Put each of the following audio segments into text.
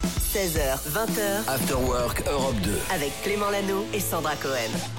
16h, 20h. After Work Europe 2. Avec Clément Lano et Sandra Cohen.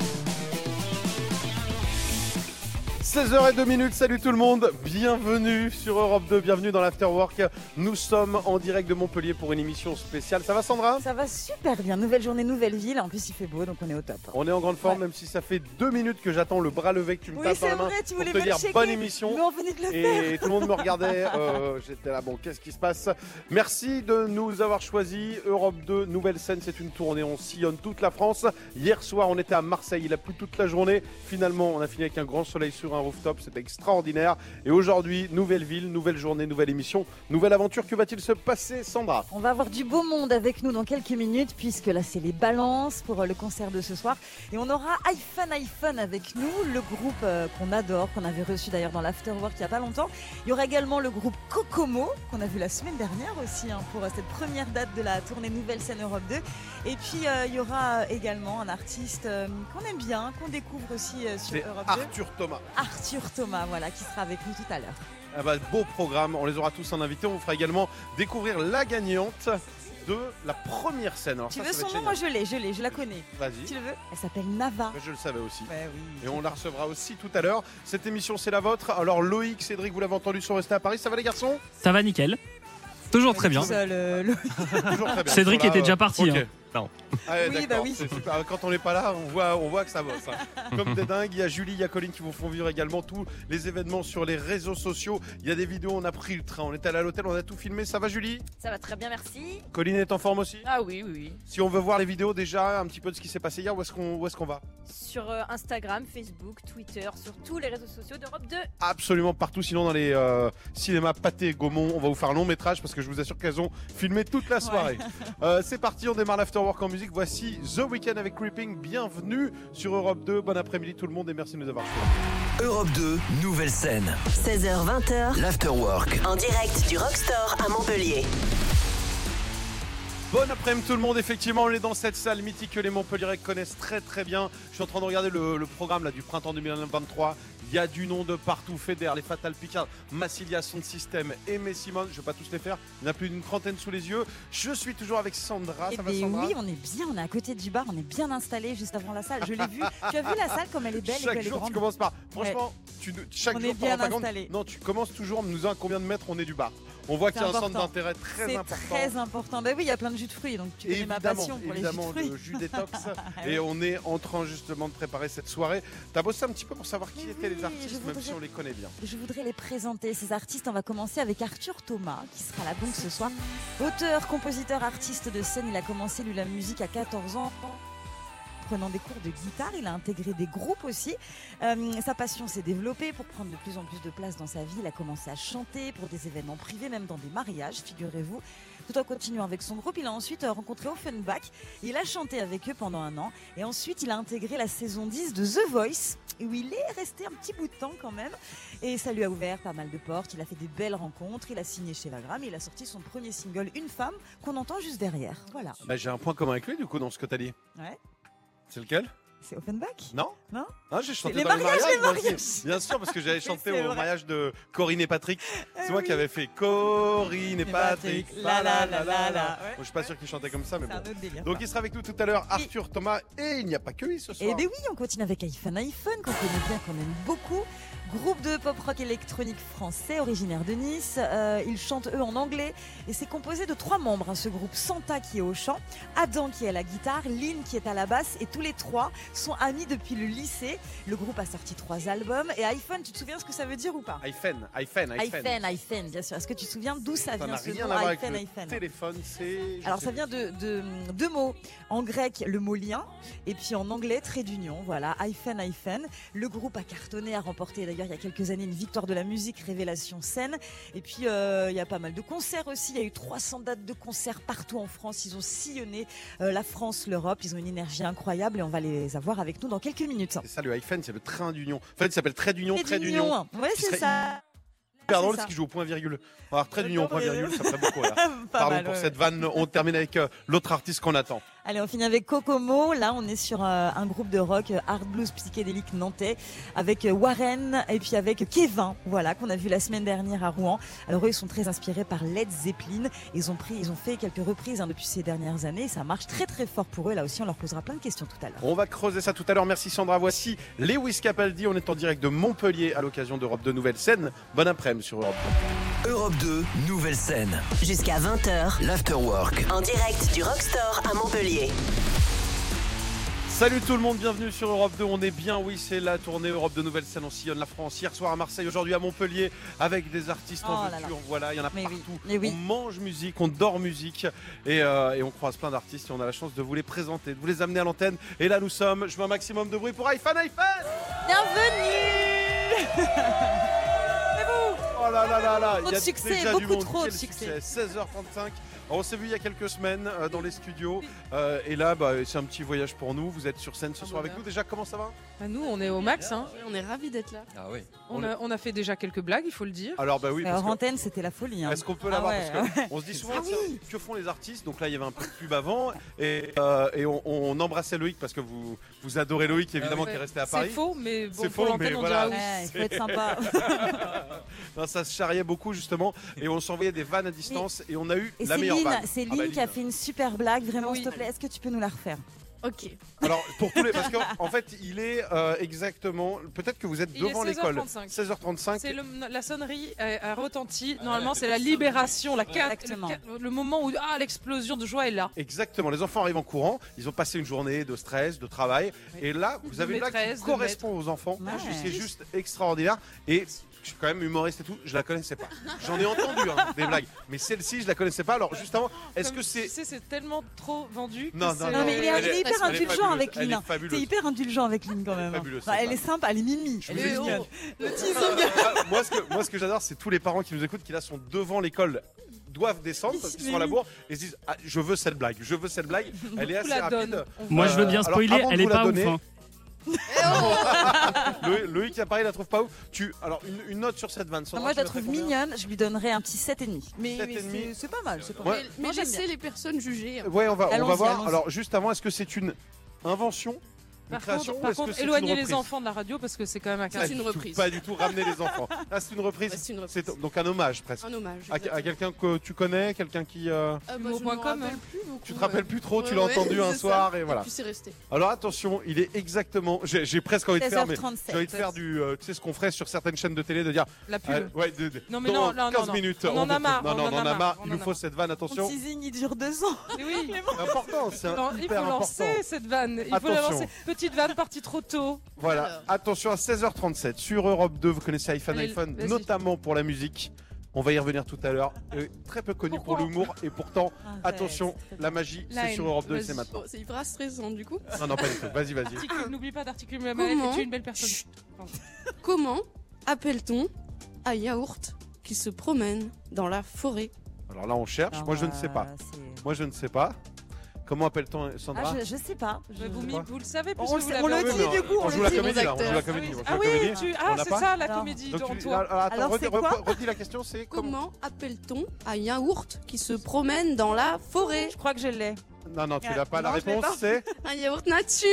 16h02, salut tout le monde, bienvenue sur Europe 2, bienvenue dans l'Afterwork. Nous sommes en direct de Montpellier pour une émission spéciale. Ça va Sandra ? Ça va super bien, nouvelle journée, nouvelle ville, en plus il fait beau donc on est au top. On est en grande forme, même si ça fait 2 minutes que j'attends le bras levé que tu me tapes dans la main tu pour voulais te me dire checker, bonne émission. mais on venait de le faire. Et tout le monde me regardait, j'étais là, bon qu'est-ce qui se passe ? Merci de nous avoir choisi. Europe 2, nouvelle scène, c'est une tournée, on sillonne toute la France. Hier soir on était à Marseille, il a plu toute la journée. Finalement on a fini avec un grand soleil sur un rooftop, c'était extraordinaire. Et aujourd'hui, nouvelle ville, nouvelle journée, nouvelle émission, nouvelle aventure. Que va-t-il se passer, Sandra ? On va avoir du beau monde avec nous dans quelques minutes, puisque là c'est les balances pour le concert de ce soir. Et on aura iPhone avec nous, le groupe qu'on adore, qu'on avait reçu d'ailleurs dans l'Afterwork il n'y a pas longtemps. Il y aura également le groupe Kokomo, qu'on a vu la semaine dernière aussi, pour cette première date de la tournée Nouvelle Scène Europe 2. Et puis il y aura également un artiste qu'on aime bien, qu'on découvre aussi sur C'est Europe 2. Arthur Thomas. Arthur Thomas, voilà, qui sera avec nous tout à l'heure. Ah bah, beau programme, on les aura tous en invité. On vous fera également découvrir la gagnante de la première scène. Alors Tu ça, veux ça son va nom ? être Moi génial. je la connais. Vas-y. Tu le veux ? Elle s'appelle Nava. Bah, je le savais aussi. Ouais, oui. Et on la recevra aussi tout à l'heure. Cette émission, c'est la vôtre. Alors Loïc, Cédric, vous l'avez entendu, sont restés à Paris. Ça va les garçons ? Ça va nickel. Toujours très bien. Toujours Toujours très bien. Cédric Voilà, était déjà parti. ok. hein. Non. Ah ouais, Oui, d'accord, bah oui. c'est super. Quand on n'est pas là, on voit que ça bosse. Comme des dingues, il y a Julie, il y a Colline qui vous font vivre également tous les événements sur les réseaux sociaux. Il y a des vidéos, on a pris le train, on est allé à l'hôtel, on a tout filmé. Ça va Julie ? Ça va très bien, merci. Colline est en forme aussi ? Ah oui, oui, oui. Si on veut voir les vidéos déjà, un petit peu de ce qui s'est passé hier, où est-ce qu'on va ? Sur Instagram, Facebook, Twitter, sur tous les réseaux sociaux d'Europe 2. Absolument partout, sinon dans les cinémas Pathé et Gaumont, on va vous faire un long métrage parce que je vous assure qu'elles ont filmé toute la soirée. C'est parti, on démarre l'Afterwork en musique. Voici The Weeknd avec Creeping. Bienvenue sur Europe 2. Bon après-midi tout le monde et merci de nous avoir suivis. Europe 2, nouvelle scène. 16h, 20h. L'Afterwork. En direct du Rockstore à Montpellier. Bon après-midi tout le monde, effectivement on est dans cette salle mythique que les Montpelliérais connaissent très très bien. Je suis en train de regarder le programme là, du printemps 2023. Il y a du nom de partout, Feder, les Fatal Picard, Massilia, Sound System, Aimé Simone, je ne vais pas tous les faire, il y en a plus d'une trentaine sous les yeux. Je suis toujours avec Sandra, ça va Sandra ? Oui, on est bien, on est à côté du bar, on est bien installé juste avant la salle. Je l'ai vu. Tu as vu la salle comme elle est belle et Chaque qu'elle est jour grande. tu commences par, franchement, chaque On jour est bien par contre, installé. non tu commences toujours en me disant à combien de mètres on est du bar. On voit qu'il y a un centre important. d'intérêt très C'est important. très important. Ben oui, il y a plein de jus de fruits, donc tu connais ma passion pour les jus de fruits. le jus détox. Et on est en train justement de préparer cette soirée. T'as bossé un petit peu pour savoir qui étaient les artistes, même si on les connaît bien. Je voudrais les présenter, ces artistes. On va commencer avec Arthur Thomas, qui sera là donc ce soir. Auteur, compositeur, artiste de scène, il a commencé lui la musique à 14 ans. Prenant des cours de guitare, il a intégré des groupes aussi. Sa passion s'est développée pour prendre de plus en plus de place dans sa vie. Il a commencé à chanter pour des événements privés, même dans des mariages, figurez-vous. Tout en continuant avec son groupe, il a ensuite rencontré Offenbach. Il a chanté avec eux pendant un an. Et ensuite, il a intégré la saison 10 de The Voice, où il est resté un petit bout de temps quand même. Et ça lui a ouvert pas mal de portes. Il a fait des belles rencontres. Il a signé chez Vagram et il a sorti son premier single, Une femme, qu'on entend juste derrière. Voilà. Bah, j'ai un point commun avec lui du coup dans ce que t'as dit. Ouais. C'est lequel ? C'est Offenbach ? Non ? Non ? Ah, j'ai chanté les dans les mariages, moi les aussi. mariages. Bien sûr, parce que j'avais chanté c'est au vrai. mariage de Corinne et Patrick. C'est moi oui. qui avais fait Corinne et Patrick. La la la la la. Bon, je suis pas sûr qu'il chantait comme ça, mais C'est un bon. autre délire. Donc il sera avec nous tout à l'heure, Arthur Thomas, et il n'y a pas que lui ce soir. Et bien oui, on continue avec iPhone, qu'on connaît bien, qu'on aime beaucoup. Groupe de pop rock électronique français, originaire de Nice. Ils chantent eux en anglais et c'est composé de 3 membres. Ce groupe, Santa qui est au chant, Adam qui est à la guitare, Lynn qui est à la basse et tous les 3 sont amis depuis le lycée. Le groupe a sorti 3 albums et iPhone, tu te souviens ce que ça veut dire ou pas ? iPhone, iPhone, bien sûr. Est-ce que tu te souviens d'où ça Ça vient n'a ce rien à nom voir avec iPhone, le iPhone téléphone, c'est... Alors ça vient de 2 mots. En grec, le mot lien, et puis en anglais, trait d'union. Voilà, iPhone. Le groupe a cartonné, a remporté d'ailleurs il y a quelques années une victoire de la musique Révélation Scène. Et puis il y a pas mal de concerts aussi. Il y a eu 300 dates de concerts partout en France. Ils ont sillonné la France, l'Europe. Ils ont une énergie incroyable et on va les avoir avec nous dans quelques minutes. C'est ça le iPhone, c'est le train d'union. En fait, il s'appelle trait d'union. Ouais, Qui c'est serait ça. Super drôle c'est parce ça. qu'il joue au point virgule. Alors trait d'union, D'accord, point virgule, ça ferait beaucoup là. Pas Pardon mal, pour ouais. cette vanne. On termine avec l'autre artiste qu'on attend. Allez, on finit avec Kokomo. Là, on est sur un groupe de rock hard blues psychédélique nantais avec Warren et puis avec Kevin, voilà, qu'on a vu la semaine dernière à Rouen. Alors eux, ils sont très inspirés par Led Zeppelin. Ils ont fait quelques reprises depuis ces dernières années. Ça marche très très fort pour eux. Là aussi, on leur posera plein de questions tout à l'heure. On va creuser ça tout à l'heure. Merci Sandra. Voici Lewis Capaldi. On est en direct de Montpellier à l'occasion d'Europe 2 Nouvelle Scène. Bon après-midi sur Europe 2. Europe 2, nouvelle scène. Jusqu'à 20h, L'Afterwork. en direct du Rockstore à Montpellier. Salut tout le monde, bienvenue sur Europe 2. On est bien, oui, c'est la tournée Europe 2 Nouvelle Scène. On sillonne la France. Hier soir à Marseille, aujourd'hui à Montpellier, avec des artistes en voiture. Voilà, il y en a Mais partout. oui. On mange musique, on dort musique et on croise plein d'artistes et on a la chance de vous les présenter, de vous les amener à l'antenne. Et là, nous sommes, je veux un maximum de bruit pour iPhone. Bienvenue. Oh là là là là, Trop il y a de succès, déjà beaucoup du monde. trop de Quel succès. 16h35. Alors, on s'est vu il y a quelques semaines dans les studios et là c'est un petit voyage pour nous. Vous êtes sur scène ce soir avec nous. Déjà, comment ça va? Nous, on est au max, hein. On est ravis d'être là. Ah oui. On a fait déjà quelques blagues, il faut le dire. Alors bah oui, parce Alors, que- antenne, c'était la folie. Est-ce qu'on peut l'avoir ouais, parce que on se dit souvent tiens, que font les artistes. Donc là il y avait un peu de pub avant et on embrassait Loïc parce que vous adorez Loïc évidemment qui est resté à C'est Paris. faux, mais bon, C'est pour faux, l'antenne, mais on voilà. dira oui. Ouais, il faut être sympa. Non, ça se charriait beaucoup justement et on s'envoyait des vannes à distance et on a eu Et la meilleure vanne. C'est Ah bah, Lynn qui a fait une super blague. Vraiment, Oui. s'il te plaît, est-ce que tu peux nous la refaire? Ok. Alors pour tous les parce qu'en fait il est exactement peut-être que vous êtes Il est devant l'école 16h35. 16h35. C'est la sonnerie a retenti. Normalement, c'est la libération, Exactement. le moment où l'explosion de joie est là. Exactement, les enfants arrivent en courant, ils ont passé une journée de stress, de travail, Oui. et là, vous avez une blague maîtresse, qui de correspond aux enfants, Ouais. c'est juste extraordinaire, et je suis quand même humoriste et tout, je la connaissais pas. J'en ai entendu des blagues, mais celle-ci, je la connaissais pas, alors juste avant, est-ce Comme que c'est... Tu sais, c'est tellement trop vendu. que Non, c'est- non, Non, mais il est, Elle est- il est hyper elle est indulgent fabuleuse, avec elle Lynn. est hein. fabuleuse. T'es hyper indulgent avec Lynn quand même. hein. Fabuleuse, Enfin, c'est elle est sympa, elle est mimi. Je Elle vous est explique. mignonne. Le teasing. Moi, ce que j'adore, c'est tous les parents qui nous écoutent, qui là sont devant l'école, doivent descendre parce qu'ils sont à la bourre et se disent je veux cette blague, elle est assez la rapide. donne. Moi, je veux bien alors, spoiler, avant de elle est vous la pas ouf. donner- hein. Loïc, pareil, la trouve pas ouf. Alors, une note sur cette vanne. Non, Sandra, moi, je tu la mettrais trouve combien? mignonne. Je lui donnerais un petit 7,5. Mais 7,5. c'est pas mal. C'est pas Ouais. mal. Mais Moi, j'aime laissez les personnes juger. Ouais, on va Allons-y, voir. allons-y. Alors, juste avant, est-ce que c'est une invention, une création, ou Par est-ce que contre, c'est éloignez une les reprise? enfants de la radio parce que c'est quand même un Pas cas. C'est une du tout, reprise. Pas du tout, ramener les enfants. Ah, c'est une reprise. Ouais, c'est une reprise. C'est donc un hommage presque. Un hommage. À quelqu'un que tu connais, quelqu'un qui. Je me Humour.com, rappelle hein. plus beaucoup. Tu te rappelles plus trop, tu Ouais, l'as ouais, entendu un c'est soir ça. et voilà. puis c'est resté. Alors attention, il est exactement. J'ai presque envie de faire, mais 16h37. j'ai envie de faire du. Tu sais ce qu'on ferait sur certaines chaînes de télé, de dire. La pub. Ouais, Non, mais dans non, 15 non. minutes. On en a marre, Non, on non, en on a en a marre. on Il en nous a faut marre. cette vanne, Mon attention. teasing, il dure 2 ans. Mais oui. C'est important, c'est Non, il faut hyper important. lancer cette vanne. Il faut la Attention. lancer. Petite vanne partie trop tôt. Voilà, Alors. attention à 16h37 sur Europe 2, vous connaissez Allez, iPhone, vas-y. notamment pour la musique. On va y revenir tout à l'heure. Très peu connu Pourquoi pour l'humour et pourtant, Ah, ouais, attention, c'est très la bien. magie, c'est Line, sur Europe 2 et vas-y. c'est maintenant. Bon, c'est hyper stressant du coup. Non, pas du tout. Vas-y. N'oublie pas d'articuler ma Comment manette et tu es une belle personne. Chut. Comment appelle-t-on un yaourt qui se promène dans la forêt? Alors là, on cherche. Alors, Moi, je ne sais pas. Moi, je ne sais pas. Comment appelle-t-on Sandra? Je sais pas. Vous le savez On puisque le vous sait, l'avez on le entendu. dit, du coup, on on joue le la dit, comédie nos là. On joue la acteurs. comédie. on joue Ah la oui, comédie. On l'a c'est pas ça la Alors. comédie Donc, en tu- toi. attends, Alors, c'est quoi redis la question, c'est comment? Comment appelle-t-on un yaourt qui se promène dans la forêt? Je crois que je l'ai. Non, tu l'as pas. La Non, je l'ai réponse, pas. c'est. Un yaourt nature.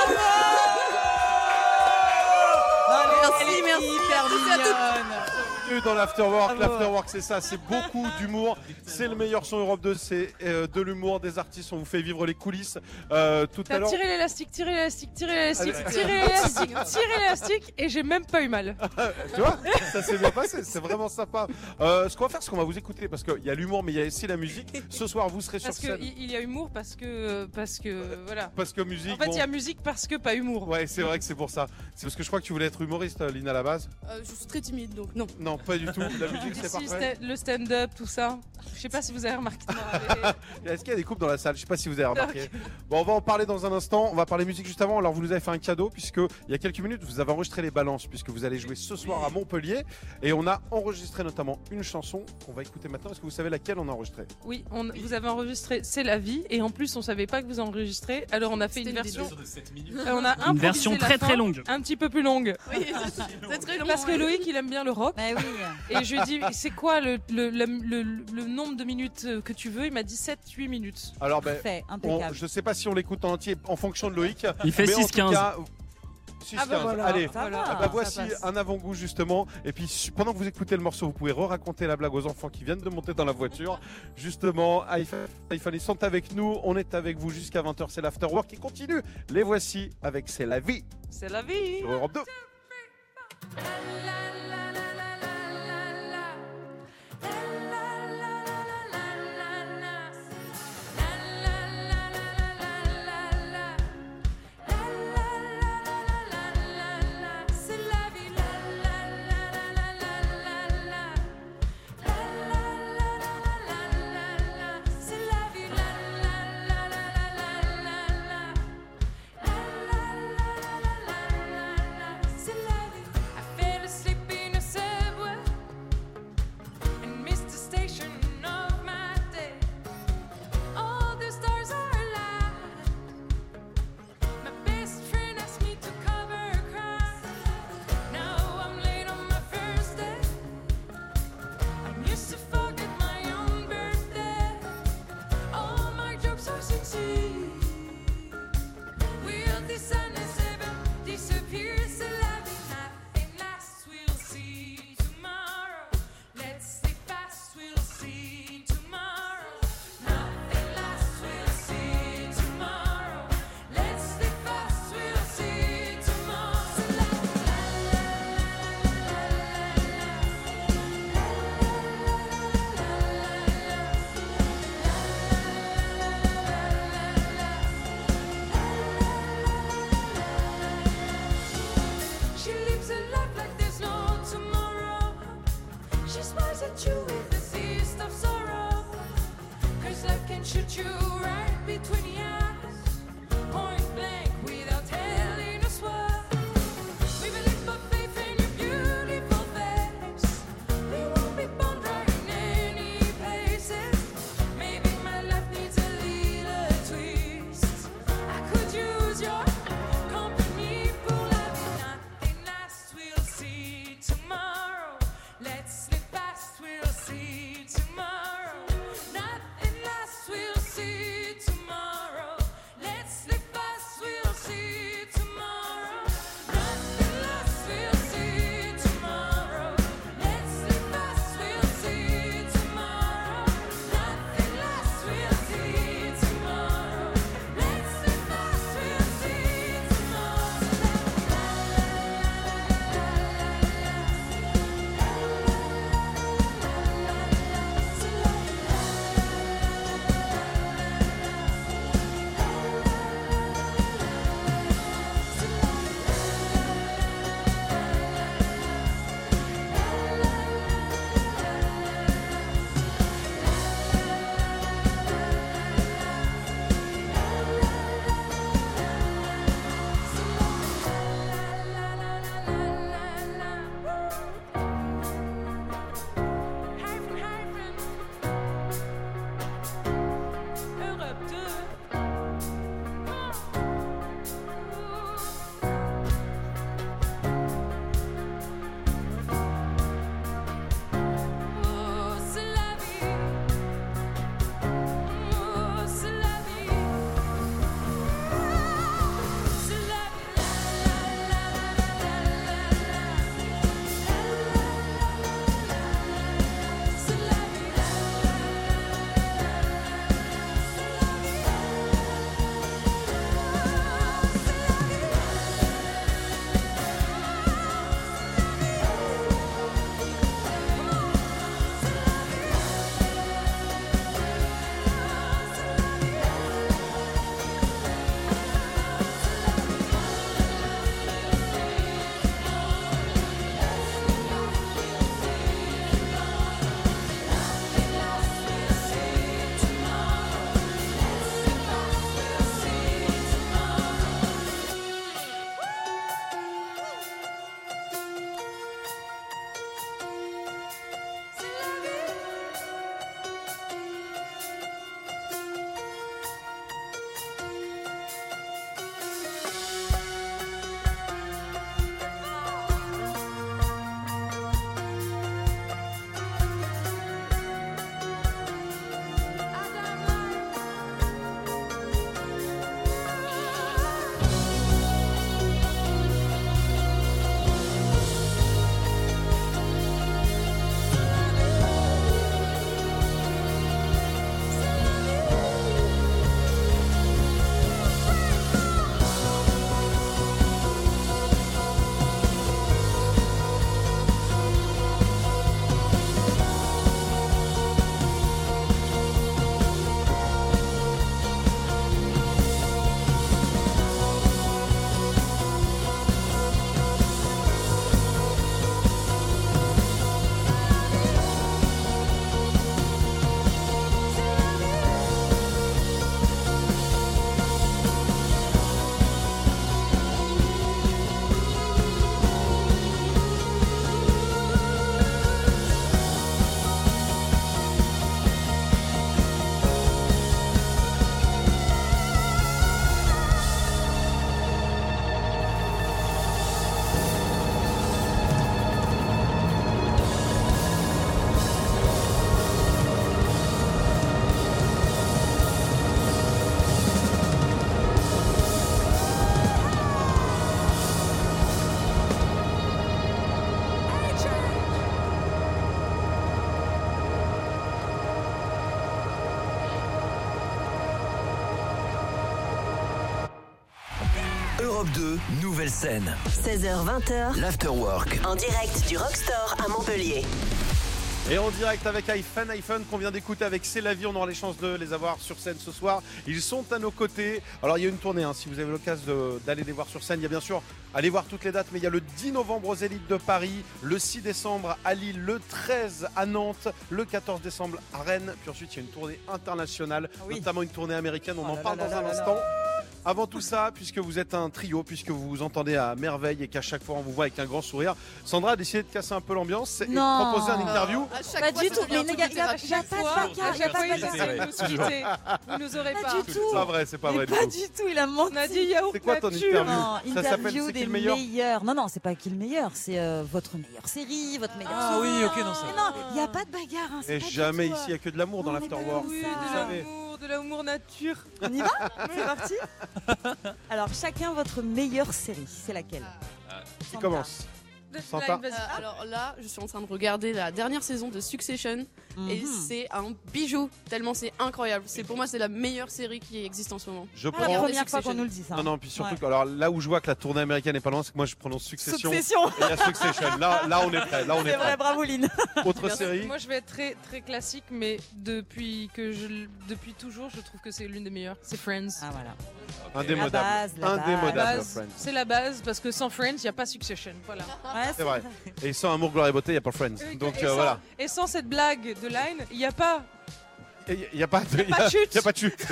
Elle est merci. hyper mignonne. Dans l'Afterwork, Bravo. l'Afterwork c'est ça, c'est beaucoup d'humour, c'est le meilleur son Europe 2, c'est de l'humour, des artistes, on vous fait vivre les coulisses tout à T'as l'heure. tiré l'élastique, tiré l'élastique, tiré l'élastique, Allez. tiré l'élastique, tiré l'élastique et j'ai même pas eu mal. Tu vois, ça s'est bien passé, c'est vraiment sympa. Ce qu'on va faire, c'est qu'on va vous écouter parce qu'il y a l'humour mais il y a aussi la musique. Ce soir vous serez sur Parce scène. qu'il y a humour parce que voilà. Parce que musique. En fait, il bon, y a musique parce que pas humour. Ouais, c'est vrai que c'est pour ça. C'est parce que je crois que tu voulais être humoriste, Lina, à la base. Je suis très timide donc non. Non, pas du tout. La musique, c'est Si, parfait. le stand-up, tout ça. Je sais pas si vous avez remarqué. Est-ce qu'il y a des coupes dans la salle? Je sais pas si vous avez remarqué. Bon, on va en parler dans un instant. On va parler musique juste avant. Alors, vous nous avez fait un cadeau puisque il y a quelques minutes, vous avez enregistré les balances puisque vous allez jouer ce soir à Montpellier et on a enregistré notamment une chanson qu'on va écouter maintenant. Est-ce que vous savez laquelle on a enregistré? Oui, vous avez enregistré C'est la vie et en plus on savait pas que vous enregistrez. Alors on a fait une C'était version. une On a Une version improvisé la très fin, très longue. Un petit peu plus longue. Oui, c'est très long. Parce que ouais. Loïc il aime bien le rock. Mais oui, Et je lui ai dit, c'est quoi le nombre de minutes que tu veux? Il m'a dit 7-8 minutes. Alors, Parfait, impeccable. je sais pas si on l'écoute en entier en fonction de Loïc. Il fait mais en tout 6-15. cas, 6-15. Ah bah voilà. Allez. Ça va, Ah bah ça voici passe. un avant-goût justement. Et puis pendant que vous écoutez le morceau, vous pouvez raconter la blague aux enfants qui viennent de monter dans la voiture. Justement, iPhone, ils sont avec nous. On est avec vous jusqu'à 20h. C'est l'afterwork qui continue. Les voici avec C'est la vie C'est la vie. sur Europe 2. I fell asleep Europe 2, nouvelle scène. 16h20, L'Afterwork. en direct du Rockstore à Montpellier. Et en direct avec iPhone qu'on vient d'écouter avec C'est la vie, on aura les chances de les avoir sur scène ce soir. Ils sont à nos côtés. Alors il y a une tournée, si vous avez l'occasion d'aller les voir sur scène, il y a bien sûr, allez voir toutes les dates, mais il y a le 10 novembre aux Zénith de Paris, le 6 décembre à Lille, le 13 à Nantes, le 14 décembre à Rennes, puis ensuite il y a une tournée internationale, notamment une tournée américaine, on en parle dans un instant. Avant tout ça, puisque vous êtes un trio, puisque vous vous entendez à merveille et qu'à chaque fois on vous voit avec un grand sourire, Sandra a décidé de casser un peu l'ambiance et de proposer un interview. À chaque Pas fois, du ça tout, devient mais un les gars, truc il y a littéraire. pas de bacard, il y a pas de il bacard. essaie de nous quitter. Vous nous aurez Pas pas. du tout. C'est pas vrai, c'est pas vrai du Pas tout. du tout, il a menti. On a dit yaourt C'est quoi ton nature. interview Non, Ça s'appelle interview C'est qui des le meilleur meilleurs. Non, c'est pas qui le meilleur, c'est votre meilleure série, votre meilleur. Ah film. oui, ok, non, ça Mais va. non, il n'y a pas de bagarre. Hein, c'est Et pas du jamais tout, ici, il n'y a que de l'amour dans on est pas l'Afterwork. comme Oui, ça. Vous savez. de l'amour nature. On y va C'est parti. Alors, chacun votre meilleure série, c'est laquelle Qui commence Santa. Vas-y. Alors là, je suis en train de regarder la dernière saison de Succession et c'est un bijou, tellement c'est incroyable. Pour moi, c'est la meilleure série qui existe en ce moment. Je Pas la prends. première fois qu'on nous le dit ça. Non, puis surtout, Ouais. alors là où je vois que la tournée américaine est pas loin, c'est que moi je prononce Succession. Succession. Et il y a Succession. Là, on est prêt. Là, on est C'est vrai, prêt. bravo Lynn. Autre Merci. série. Moi, je vais être très très classique, mais depuis toujours, je trouve que c'est l'une des meilleures. C'est Friends. Ah voilà. Indémodable. La base, la Indémodable, Base, Friends. c'est la base parce que sans Friends, il n'y a pas Succession. Voilà. Ouais, C'est vrai. Et sans amour, gloire et beauté, il n'y a pas Friends. Donc Et sans- voilà. Et sans cette blague de Line, il n'y a pas. Il n'y a pas de pas de chute. Il y a pas de chute.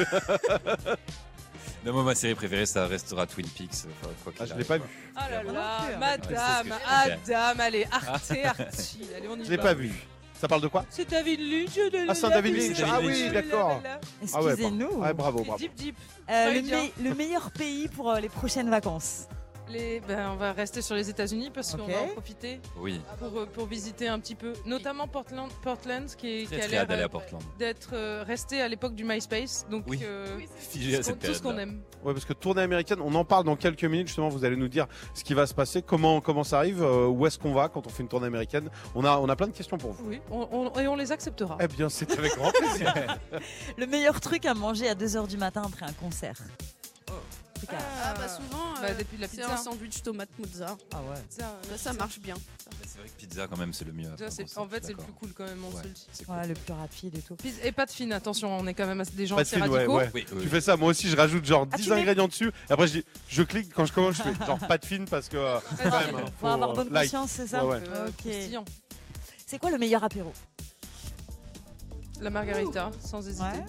Non, moi, ma série préférée, ça restera Twin Peaks. Quoi qu'il Ah, je l'ai arrive, pas quoi. vu. Ah là non là, plus, hein. madame, Ouais, c'est ce que je Adam, allez, Arte, allez, on y Je l'ai va. pas vu. Ça parle de quoi C'est David Lynch. Ah, c'est un David Lynch. Ah oui, d'accord. Ah ouais, Excusez-nous. Ouais, bravo, bravo. Deep, deep. Le meilleur pays pour les prochaines vacances. On va rester sur les États-Unis parce qu'on Ok. va en profiter Oui, pour visiter un petit peu, notamment Portland qui très a très l'air hâte d'aller à Portland. d'être resté à l'époque du MySpace. Donc, Oui. Figé à cette tout ce qu'on période-là. aime. Ouais, parce que tournée américaine, on en parle dans quelques minutes. Justement, vous allez nous dire ce qui va se passer, comment ça arrive, où est-ce qu'on va quand on fait une tournée américaine. On a plein de questions pour vous. Oui, et on les acceptera. Eh bien, c'est avec grand plaisir. Le meilleur truc à manger à 2h du matin après un concert. Truc à- Ah bah souvent, depuis la c'est pizza. un sandwich tomate mozza. Ah ouais. Ça marche bien. C'est vrai que pizza, quand même, c'est le mieux. Ça, après, en fait, c'est le d'accord. plus cool quand même, on Ouais, se le dit. c'est cool. Ouais, le plus rapide et tout. Et pas de fine, attention, on est quand même des gens Pas de assez fine, ouais, radicaux. ouais. Oui, oui, Tu oui. fais ça, moi aussi, je rajoute genre Ah, 10 tu mets- ingrédients dessus. Et après, je clique, quand je commence, je fais genre pas de fine parce que quand même, hein, Faut avoir bonne like. conscience, c'est ça Ouais, ouais. Ok. Croustillant. C'est quoi le meilleur apéro La margarita, sans hésiter. Ouais.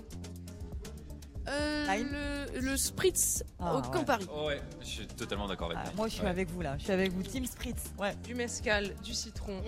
Lime Le spritz Ah, au ouais. Campari. Oh, ouais, je suis totalement d'accord avec Ah, toi. moi, je suis Ouais. avec vous là. Je suis avec vous. Team Spritz. Ouais. Du mescal, du citron.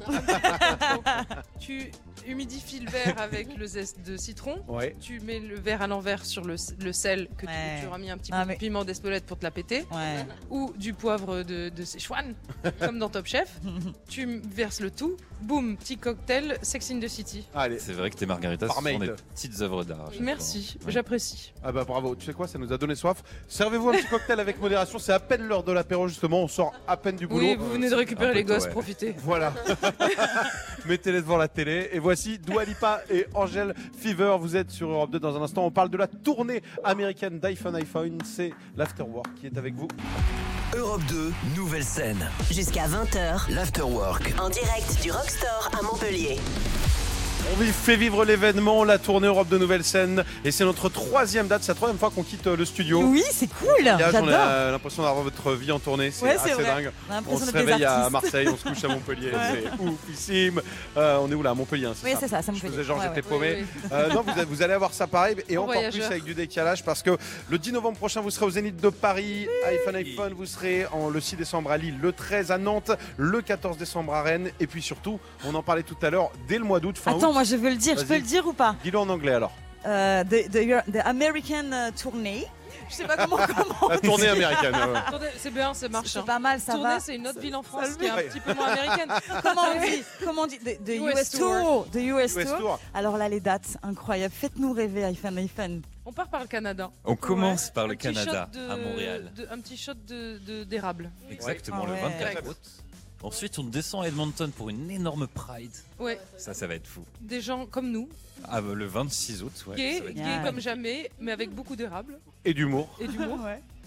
Tu humidifies le verre avec le zeste de citron. Ouais. Tu mets le verre à l'envers sur le sel que Ouais. tu auras mis un petit Ah, peu mais- de piment d'Espelette pour te la péter. Ouais. Ou du poivre de Szechuan, comme dans Top Chef. Tu verses le tout. Boum, petit cocktail, Sex in the City. Allez. C'est vrai que tes margaritas Par sont mail. des petites œuvres d'art. à chaque Merci, fois. Ouais. j'apprécie. Ah bah bravo, tu sais quoi, ça nous a donné soif. Servez-vous un petit cocktail avec modération, c'est à peine l'heure de l'apéro justement, on sort à peine du boulot. Oui, vous venez de récupérer un peu les gosses, tôt, ouais. profitez. Voilà. Mettez-les devant la télé. Et voici Dua Lipa et Angel Fever. Vous êtes sur Europe 2 dans un instant. On parle de la tournée américaine d'iPhone. C'est l'Afterwork qui est avec vous. Europe 2, nouvelle scène. Jusqu'à 20h, L'Afterwork. en direct du Rockstore à Montpellier. On fait vivre l'événement, la tournée Europe 2 nouvelle scène. Et c'est notre troisième date, c'est la troisième fois qu'on quitte le studio. Oui, c'est cool. Gage, on J'adore. a l'impression d'avoir votre vie en tournée. C'est Ouais, c'est assez vrai. dingue. On a On l'impression se d'être des réveille à artistes. Marseille, on se couche à Montpellier. Ouais. C'est oufissime. On est où là, à Montpellier, hein, Oui, ça c'est ça, ça me Je fait. faisais genre Ouais, j'étais ouais. paumé. Oui, Non, vous allez avoir ça pareil et Bon encore plus voyageur. avec du décalage parce que le 10 novembre prochain vous serez au Zénith de Paris, iPhone, vous serez le 6 décembre à Lille, le 13 à Nantes, le 14 décembre à Rennes et puis surtout, on en parlait tout à l'heure, dès le mois d'août, fin Attends, août. moi je veux le dire. Je Vas-y. peux le dire ou pas Dis-le en anglais alors. The American Tourney. Je sais pas comment. La tournée américaine. ouais. Attendez, c'est bien, ça marche. C'est hein. pas mal, ça Tournée, va. c'est une autre ville en ça France le qui est un met. petit peu moins américaine. Comment on dit The US US Tour. The US US Tour. Tour. Alors là, les dates, incroyables. Faites-nous rêver, iPhone. On part par le Canada. On commence par le Un petit Canada, shot à Montréal. Un petit shot d'érable. Exactement, Ah le ouais. 24 août. Ensuite, on descend à Edmonton pour une énorme Pride. Ouais, Ça va être fou. des gens comme nous, Ah, le 26 août, ouais. ça va être- gays bien. comme jamais, mais avec beaucoup d'érable Et d'humour. et d'humour. Ouais.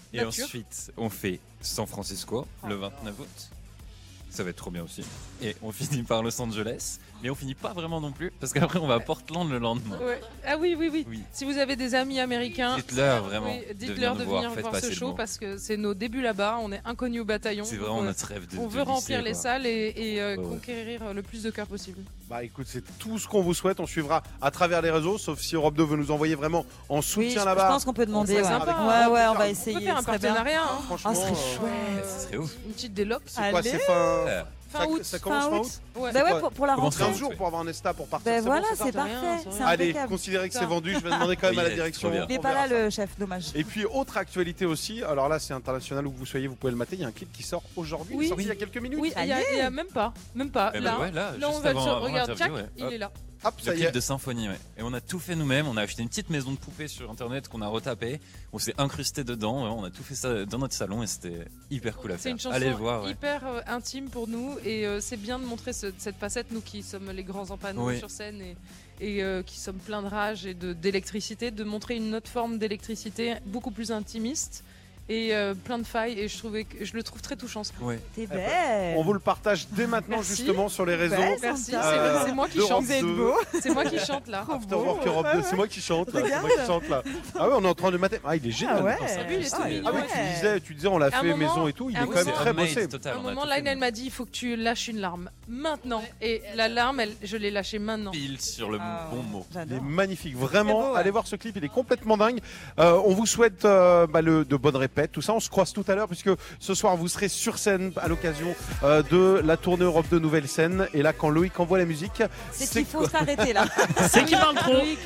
Et nature. ensuite, on fait San Francisco le 29 août. Ça va être trop bien aussi. Et on finit par Los Angeles. Mais on finit pas vraiment non plus. Parce qu'après, on va à Portland le lendemain. Ouais. Ah oui. Oui. Si vous avez des amis américains, Dites-leur vraiment. dites-leur de venir faites voir passer ce le show mot. parce que c'est nos débuts là-bas. On est inconnus au bataillon. C'est Donc, vraiment notre rêve de on de veut remplir lycée, les quoi. salles et Ouais. conquérir le plus de cœurs possible. Bah écoute, c'est tout ce qu'on vous souhaite. On suivra à travers les réseaux, sauf si Europe 2 veut nous envoyer vraiment en Oui, soutien je là-bas. pense qu'on peut demander. serait Ouais, sympa, hein. ouais, on va On essayer. On peut faire un ce serait bien. partenariat. hein. Franchement, Ah, ce serait Ouais, chouette. ça serait ouf. Une petite délope. c'est quoi, Allez. c'est fin... Fin août. Ça commence fin août. Ouais. Bah quoi ouais, pour la Comment rentrée. ça 15 jours pour avoir un Esta pour partir. Ben c'est voilà, bon, c'est rien, parfait. c'est C'est rien. Allez, impeccable. considérez que c'est vendu. Je vais demander quand même à la Oui, direction. trop bien. Il n'est On pas là, verra ça. le chef, dommage. Et puis, autre actualité aussi, alors là c'est international où que vous soyez, vous pouvez le mater, il y a un clip qui sort aujourd'hui, Oui. il est sorti il y a quelques minutes. Oui, il y a même pas. Même pas. Eh ben Là, ouais, là, on juste va le avant- sur- avant Regarde, l'interview, Jack, ouais. il Hop. est là. Hop, Le ça y clip est. de Symphonie, ouais. Et on a tout fait nous-mêmes. On a acheté une petite maison de poupées sur internet qu'on a retapé. On s'est incrusté dedans. Ouais, on a tout fait ça dans notre salon et c'était hyper cool à C'est faire. une chanson Allez le voir. Ouais. hyper intime pour nous et c'est bien de montrer cette facette, nous qui sommes les grands empanos Oui. sur scène et qui sommes pleins de rage et d'électricité, de montrer une autre forme d'électricité beaucoup plus intimiste et plein de failles et je le trouve très touchant. Ouais. T'es belle. On vous le partage dès maintenant Merci. justement sur les réseaux. Belle, Merci, Euh, c'est moi qui d'Europe chante. Vous êtes 2. beau. C'est moi qui chante là. Afterwork Europe 2, c'est moi qui chante là. C'est moi Regarde. qui chante là. Ah ouais, on est en train de mater. Ah, il est génial. Ah ouais. Lui, il est tout Ah, mignon. Ah oui, Ouais. tu disais, on l'a À un fait moment- maison et tout, il à un est quand même moment- très Homemade bossé. total, À un on a moment, tout fait Line, elle m'a dit il faut que tu lâches une larme maintenant. Et la larme, je l'ai lâchée maintenant. pile sur le Ah, bon mot. Il est J'adore. magnifique, vraiment. Très beau, ouais. Allez voir ce clip, il est complètement dingue. On vous souhaite de bonnes répètes, tout ça. On se croise tout à l'heure puisque ce soir vous serez sur scène à l'occasion de la tournée Europe 2 Nouvelle Scène. Et là, quand Loïc envoie la musique, C'est qu'il faut s'arrêter là. C'est qui parle trop. Loïc,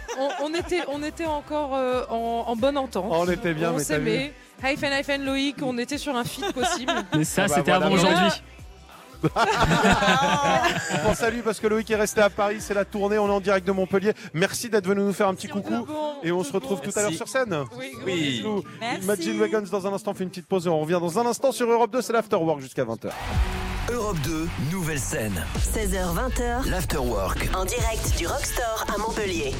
on était encore en bonne entente. Oh, on était bien, on mais t'as vu. s'aimait. Hyphen Loïc, on était sur un feat possible. Mais ça, Ah bah c'était voilà. avant Et là- aujourd'hui. on pense à lui parce que Loïc est resté à Paris, c'est la tournée, on est en direct de Montpellier. Merci d'être venu nous faire un petit coucou. Et on se retrouve tout à l'heure Merci. sur scène. Oui, Oui. Bisous. Merci. Imagine Wagons dans un instant, on fait une petite pause et on revient dans un instant sur Europe 2, c'est l'Afterwork jusqu'à 20h. Europe 2, nouvelle scène. 16h-20h, L'Afterwork. en direct du Rockstore à Montpellier.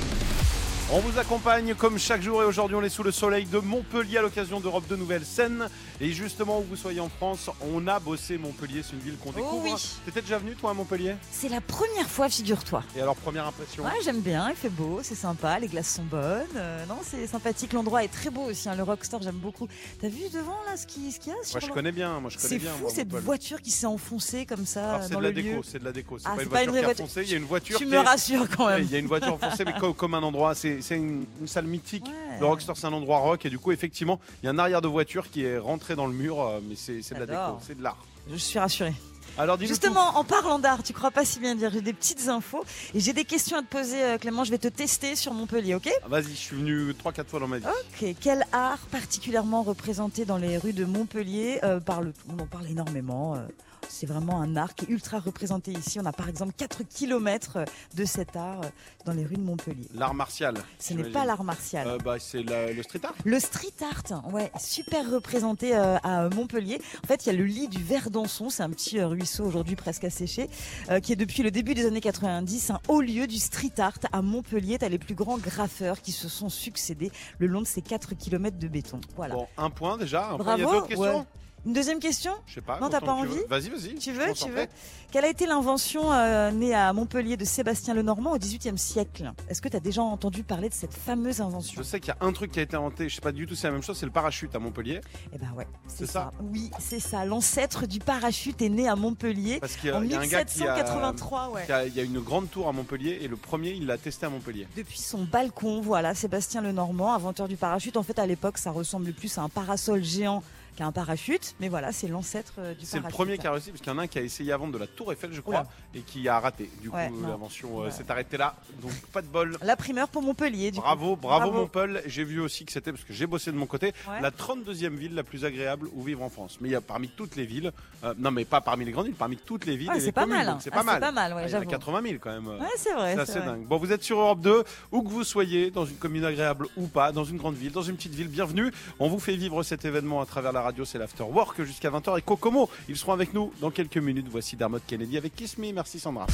On vous accompagne comme chaque jour et aujourd'hui on est sous le soleil de Montpellier à l'occasion d'Europe 2 Nouvelle Scène. Et justement où vous soyez en France, on a bossé Montpellier, c'est une ville qu'on découvre. oui. T'étais déjà venu toi à Montpellier? C'est la première fois, figure-toi. Et alors première impression? Ouais, j'aime bien, il fait beau, c'est sympa, les glaces sont bonnes. Non, c'est sympathique, l'endroit est très beau aussi, hein, le Rockstore, j'aime beaucoup. T'as vu devant là ce qu'il y a sur Moi je le- connais bien, moi je connais C'est bien. fou moi, cette Montpellier. voiture qui s'est enfoncée comme ça Alors c'est dans de la le lieu. déco, c'est de la déco, c'est Ah, pas c'est une pas une voiture qui vraie a foncé, il y a une voiture Tu qui me rassures quand Ouais, même. il y a une voiture enfoncée, mais comme un endroit, c'est une salle mythique. Ouais. Le Rockstore, c'est un endroit rock, et du coup, effectivement, il y a un arrière de voiture qui est rentré dans le mur, mais c'est de la déco, J'adore. c'est de l'art. Je suis rassurée. Alors, dis-nous Justement, en parlant d'art, tu crois pas si bien dire, j'ai des petites infos et j'ai des questions à te poser, Clément. Je vais te tester sur Montpellier, ok? tout. Vas-y, je suis venu 3-4 fois dans ma vie. Ok. Quel art particulièrement représenté dans les rues de Montpellier on en parle énormément. C'est vraiment un art qui est ultra représenté ici. On a par exemple 4 kilomètres de cet art dans les rues de Montpellier. L'art martial. Ce n'est j'imagine. pas l'art martial. C'est le street art. Le street art, ouais, super représenté à Montpellier. En fait, il y a le lit du Verdançon, c'est un petit ruisseau aujourd'hui presque asséché, qui est depuis le début des années 90 un haut lieu du street art à Montpellier. T'as les plus grands graffeurs qui se sont succédés le long de ces 4 kilomètres de béton. Voilà. Bon, un point déjà. Un point. Il y a Bravo. d'autres questions? Ouais. Une deuxième question? Je sais pas. Non, t'as autant pas que tu veux. envie? Vas-y. Tu je veux, m'en tu veux. sortais. Quelle a été l'invention née à Montpellier de Sébastien Lenormand au XVIIIe siècle? Est-ce que tu as déjà entendu parler de cette fameuse invention? Je sais qu'il y a un truc qui a été inventé, je sais pas du tout si c'est la même chose, c'est le parachute à Montpellier. Eh ben ouais, C'est c'est ça ça. Oui, c'est ça. L'ancêtre du parachute est né à Montpellier Parce qu'il y en a un gars qui a. 1783. Ouais. Il y a une grande tour à Montpellier et le premier il l'a testé à Montpellier. Depuis son balcon, voilà, Sébastien Lenormand, inventeur du parachute. En fait, à l'époque, ça ressemble plus à un parasol géant qu'à un parachute, mais voilà, c'est l'ancêtre du parachute. C'est le premier qui a réussi parce qu'il y en a un qui a essayé à vendre de la tour Eiffel je crois Oula. et qui a raté. Du coup Ouais, non. l'invention Ouais. s'est arrêtée là, donc pas de bol. La primeur pour Montpellier. Du coup. Bravo Bravo. Montpellier. J'ai vu aussi que c'était, parce que j'ai bossé de mon côté, Ouais. la 32e ville la plus agréable où vivre en France. Mais il y a parmi toutes les villes, non mais pas parmi les grandes villes, parmi toutes les villes Ouais, et c'est les pas communes. mal. Donc Hein. c'est Ah, pas mal. C'est pas mal, ouais, Il y en a j'avoue. 80 000 quand même. Ouais, c'est vrai. C'est c'est assez vrai. dingue. Bon, vous êtes sur Europe 2, où que vous soyez, dans une commune agréable ou pas, dans une grande ville, dans une petite ville, bienvenue. On vous fait vivre cet événement à travers la radio, c'est l'Afterwork jusqu'à 20h. Et Kokomo, ils seront avec nous dans quelques minutes. Voici Dermot Kennedy avec Kiss Me. Merci Sandra.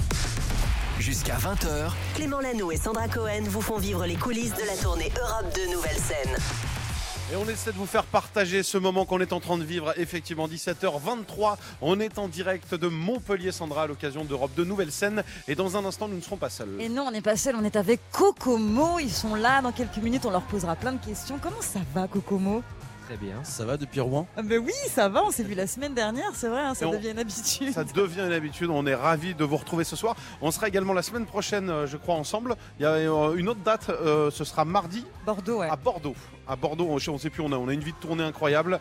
Jusqu'à 20h, Clément Lanoux et Sandra Cohen vous font vivre les coulisses de la tournée Europe 2 Nouvelle Scène. Et on essaie de vous faire partager ce moment qu'on est en train de vivre. Effectivement, 17h23, on est en direct de Montpellier, Sandra, à l'occasion d'Europe 2 Nouvelle Scène. Et dans un instant, nous ne serons pas seuls. Et non, on n'est pas seuls, on est avec Kokomo. Ils sont là dans quelques minutes, on leur posera plein de questions. Comment ça va, Kokomo? Très bien. Ça va depuis Rouen? Ben oui, ça va, on s'est vu la semaine dernière, c'est vrai, ça devient une habitude. Ça devient une habitude, on est ravis de vous retrouver ce soir. On sera également la semaine prochaine, je crois, ensemble. Il y a une autre date, ce sera mardi. Bordeaux, ouais. À Bordeaux. À Bordeaux, on ne sait plus, on a une vie de tournée incroyable.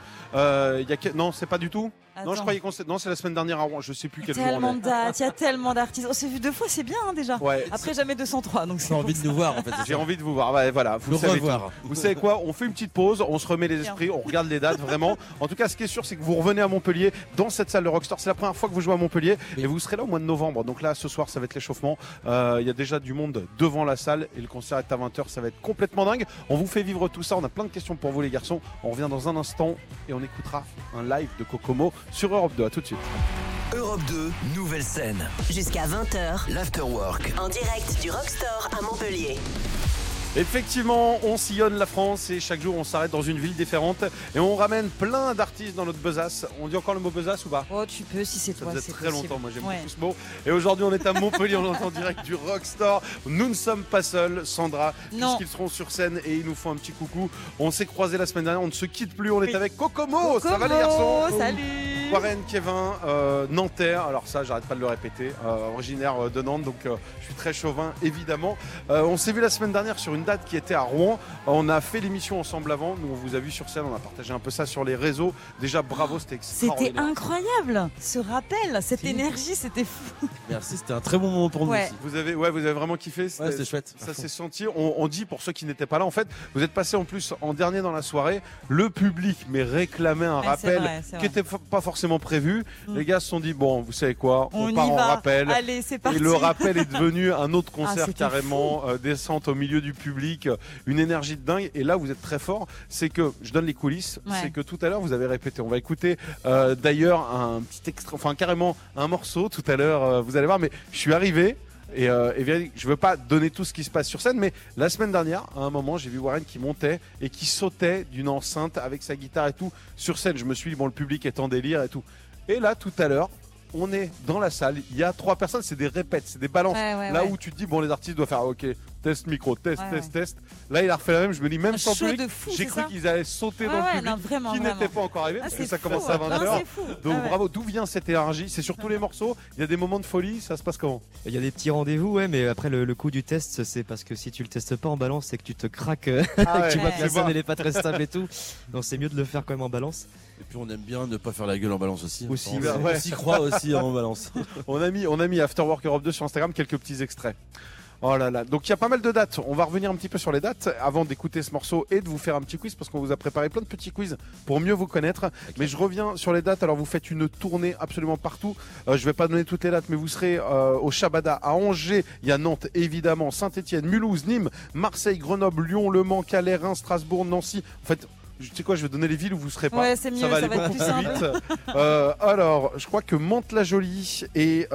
Non, c'est pas du tout. Attends. Non, je croyais non, c'est la semaine dernière à Rouen. Je sais plus quel jour on Tellement est. de dates, il y a tellement d'artistes. On s'est vu 2 fois, c'est bien déjà. Ouais. Après, jamais 203. Donc J'ai envie de nous voir en fait. J'ai envie de vous voir. Ouais, voilà, vous savez revoir. tout. Vous savez quoi? On fait une petite pause, on se remet les esprits, on regarde les dates vraiment. En tout cas, ce qui est sûr, c'est que vous revenez à Montpellier dans cette salle de Rockstar. C'est la première fois que vous jouez à Montpellier et vous serez là au mois de novembre. Donc là, ce soir, ça va être l'échauffement. Il y a déjà du monde devant la salle et le concert est à 20h. Ça va être complètement dingue. On vous fait vivre tout ça. On a plein de questions pour vous, les garçons. On revient dans un instant et on écoutera un live de Kokomo sur Europe 2. À tout de suite. Europe 2, Nouvelle Scène. Jusqu'à 20h, L'Afterwork. en direct du Rockstore à Montpellier. Effectivement, on sillonne la France et chaque jour on s'arrête dans une ville différente et on ramène plein d'artistes dans notre besace. On dit encore le mot besace ou pas? Oh, tu peux si c'est Ça toi. faisait c'est très possible. longtemps, moi j'aime Ouais. beaucoup ce mot. Et aujourd'hui on est à Montpellier, on est en direct du Rockstore. Nous ne sommes pas seuls, Sandra, Non. puisqu'ils seront sur scène et ils nous font un petit coucou. On s'est croisés la semaine dernière, on ne se quitte plus, on est avec Kokomo. Ça va les garçons? Salut. Warren Kevin, Nanterre, alors ça j'arrête pas de le répéter, originaire de Nantes, donc je suis très chauvin évidemment. On s'est vu la semaine dernière sur une date qui était à Rouen. On a fait l'émission ensemble avant, nous on vous a vu sur scène, on a partagé un peu ça sur les réseaux. Déjà bravo, c'était extraordinaire. C'était incroyable, ce rappel, cette énergie, c'était fou. Merci, c'était un très bon moment pour nous Ouais. aussi. Vous avez vraiment kiffé? Ouais, c'était chouette. Ça s'est senti. On dit pour ceux qui n'étaient pas là, en fait, vous êtes passé en plus en dernier dans la soirée. Le public mais réclamait un Ouais, rappel c'est qui vrai. n'était pas forcément prévu. Mm. Les gars se sont dit bon, vous savez quoi, on y part en va. rappel. Allez, c'est parti. Et le rappel est devenu un autre concert c'était carrément, descente au milieu du public, une énergie de dingue. Et là, vous êtes très fort. C'est que, je donne les coulisses, Ouais. c'est que tout à l'heure, vous avez répété. On va écouter d'ailleurs un petit extrait, enfin carrément un morceau tout à l'heure, vous allez voir. Mais je suis arrivé. Et je veux pas donner tout ce qui se passe sur scène, mais la semaine dernière, à un moment, j'ai vu Warren qui montait et qui sautait d'une enceinte avec sa guitare et tout sur scène. Je me suis dit, bon, le public est en délire et tout. Et là, tout à l'heure, on est dans la salle, il y a 3 personnes, c'est des répètes, c'est des balances. Ouais, là ouais. où tu te dis, bon, les artistes doivent faire, ok, test micro, test, Ouais, test, test. Là, il a refait la même, je me dis, même Un sans show public, de fou, j'ai c'est cru ça qu'ils allaient sauter dans Ouais, le ouais, public, non, vraiment, qui vraiment. n'était pas encore arrivé, Ah, parce que c'est ça fou. commence à Non, 20h. c'est fou. Donc Ah ouais. bravo, d'où vient cette énergie? C'est sur tous les morceaux, il y a des moments de folie, ça se passe comment? Il y a des petits rendez-vous, ouais, mais après le coup du test, c'est parce que si tu le testes pas en balance, c'est que tu te craques, Ah ouais, tu vois que tu la vois. scène elle est pas très stable et tout. Donc c'est mieux de le faire quand même en balance. Et puis on aime bien ne pas faire la gueule en balance aussi. Aussi, ouais. On s'y croit aussi en balance. On a mis Afterwork Europe 2 sur Instagram, quelques petits extraits. Oh là là, donc il y a pas mal de dates. On va revenir un petit peu sur les dates avant d'écouter ce morceau et de vous faire un petit quiz parce qu'on vous a préparé plein de petits quiz pour mieux vous connaître. Mais je reviens sur les dates. Alors vous faites une tournée absolument partout. Je vais pas donner toutes les dates, mais vous serez au Shabada à Angers, il y a Nantes évidemment, Saint-Étienne, Mulhouse, Nîmes, Marseille, Grenoble, Lyon, Le Mans, Calais, Reims, Strasbourg, Nancy. En fait, tu sais quoi, je vais donner les villes où vous serez pas. Ouais, c'est mieux, ça va ça aller va être beaucoup plus plus simple. vite. Alors, je crois que Mantes-la-Jolie et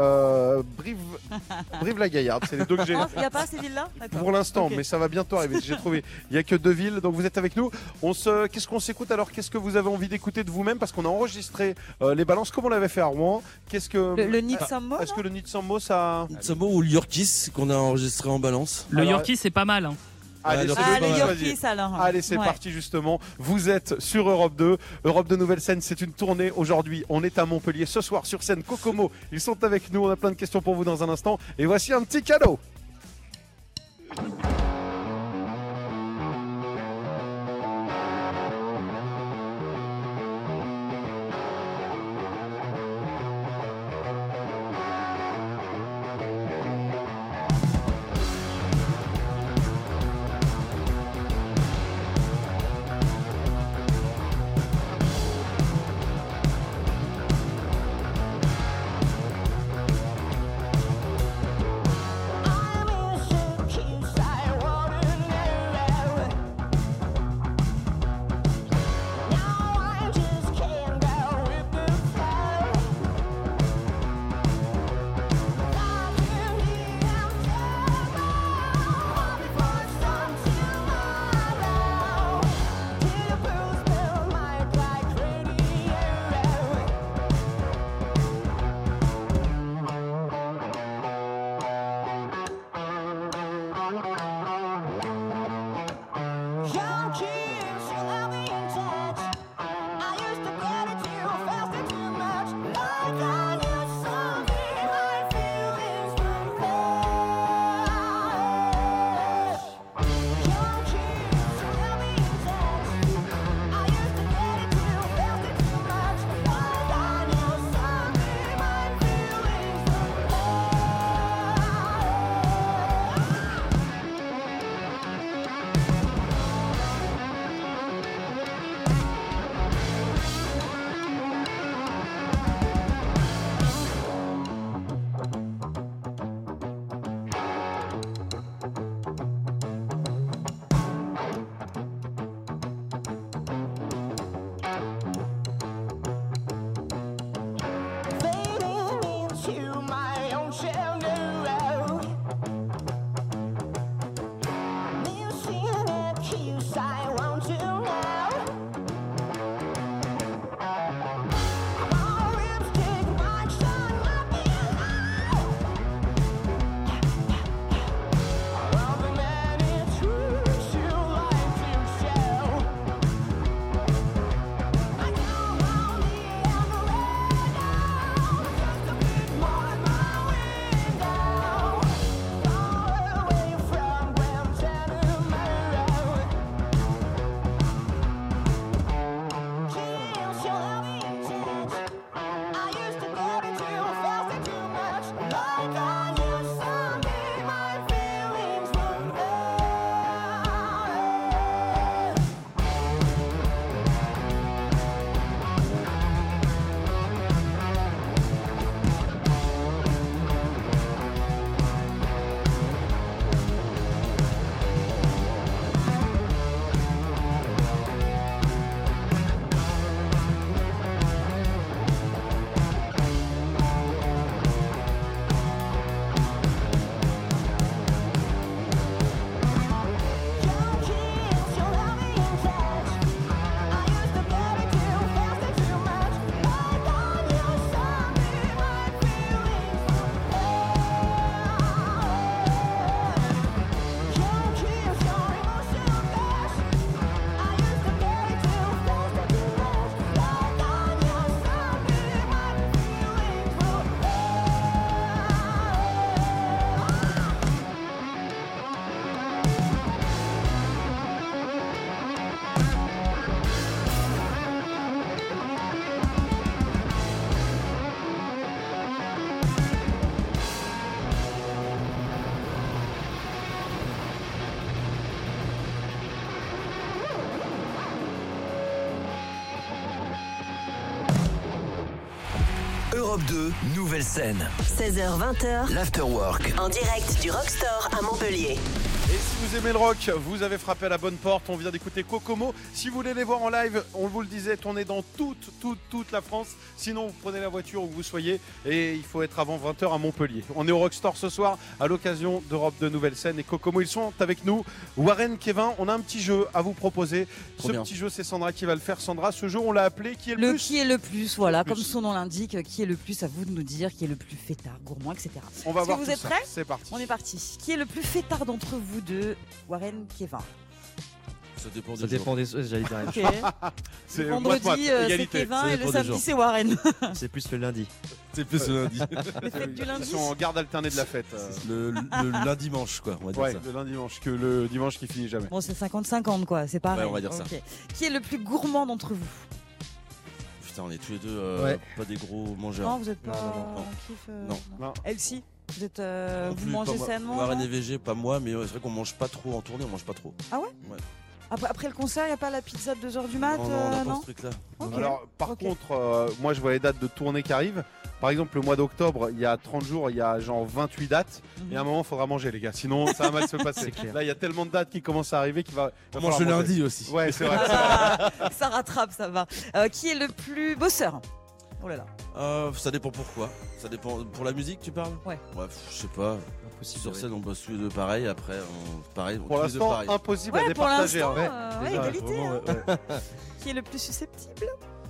Brive-la-Gaillarde, c'est les deux que j'ai. Il n'y a pas ces villes-là? D'accord. Pour l'instant, Ok. mais ça va bientôt arriver. J'ai trouvé. Il n'y a que 2 villes, donc vous êtes avec nous. Qu'est-ce qu'on s'écoute alors? Qu'est-ce que vous avez envie d'écouter de vous-même? Parce qu'on a enregistré les balances comme on l'avait fait à Rouen. Qu'est-ce que Le Nid Sammo, Est-ce que le Nid Sammo, ça Nitsomo ou le Yorkis qu'on a enregistré en balance. Le Alors, Yorkie, c'est pas mal. Hein. Allez, Ah, c'est Ah, le les choisi. Yorkies alors. Allez, c'est Ouais. parti justement. Vous êtes sur Europe 2. Europe 2 Nouvelle Scène, c'est une tournée. Aujourd'hui, on est à Montpellier. Ce soir, sur scène, Kokomo. Ils sont avec nous. On a plein de questions pour vous dans un instant. Et voici un petit cadeau. I'm in Europe 2, nouvelle scène. 16h20h, L'Afterwork. en direct du Rockstore à Montpellier. Et si vous aimez le rock, vous avez frappé à la bonne porte. On vient d'écouter Kokomo. Si vous voulez les voir en live, on vous le disait, tournez dans toute la France. Sinon, vous prenez la voiture où vous soyez. Et il faut être avant 20h à Montpellier. On est au Rockstore ce soir à l'occasion d'Europe 2 Nouvelle Scène. Et Kokomo, ils sont avec nous. Warren, Kevin, on a un petit jeu à vous proposer. Trop Ce bien. petit jeu, c'est Sandra qui va le faire. Sandra, ce jeu, on l'a appelé Qui est le plus Qui est le plus, voilà, plus. comme son nom l'indique, qui est le plus, à vous de nous dire, qui est le plus fêtard, gourmand, etc. On va Est-ce que voir vous tout êtes ça. prêts C'est parti. On est parti. Qui est le plus fêtard d'entre vous deux, Warren, Kevin? Ça dépend Ça dépend des. J'allais dire. Ok. C'est Vendredi, moite-moite, c'est égalité. Kevin Ça et dépend le des samedi, jours. c'est Warren. C'est plus le lundi. C'est plus le lundi. Les fêtes du Ils lundi. sont en garde alternée de la fête. le lundi manche, quoi, on va dire Ouais, ça. le lundi dimanche que le dimanche qui finit jamais. Bon, c'est 50-50, quoi, c'est pareil. Ouais, on va dire ça. Ok. Qui est le plus gourmand d'entre vous? Putain, on est tous les deux Ouais. pas des gros mangeurs. Non, vous êtes pas non. en kiff, Non. Non. Elsie, vous êtes, Non vous plus, mangez pas moi. sainement? Warren non et VG, pas moi, mais c'est vrai qu'on mange pas trop en tournée, on mange pas trop. Après le concert, il n'y a pas la pizza de 2h du mat? non, on n'a pas non ce truc-là. Ok. Alors, par Ok. contre, moi je vois les dates de tournée qui arrivent. Par exemple, le mois d'octobre, il y a 30 jours, il y a genre 28 dates. Mhm. Et à un moment, il faudra manger, les gars. Sinon, ça va mal se passer. C'est clair. Là, il y a tellement de dates qui commencent à arriver qu'il va. On mange le lundi aussi. Ouais, c'est vrai. Ah, ça rattrape, ça va. Qui est le plus bosseur? Oh là là. Ça dépend pourquoi. Ça dépend. Pour la musique, tu parles? Ouais. Je sais pas. Impossible. Sur scène, on bosse tous les deux pareil. Après, pareil. Pour tous les deux l'instant, pareil. impossible à Ouais, pour départager. l'instant, hein. ouais, déjà, égalité. Vraiment, hein. ouais. Qui est le plus susceptible?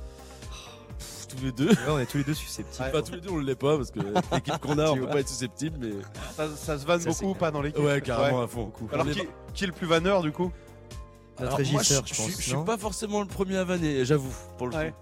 Tous les deux. Ouais, on est tous les deux susceptibles. Ouais. Pas tous les deux, on l'est pas parce que l'équipe qu'on a, on peut pas être susceptible, mais Ça se vanne Ça, c'est beaucoup ou pas dans l'équipe? ouais, carrément Ouais. à fond. Alors, On est- qui est le plus vanneur du coup? Notre Alors, moi, régisseur, je pense. Je suis non pas forcément le premier à vanner, j'avoue, pour le Ouais.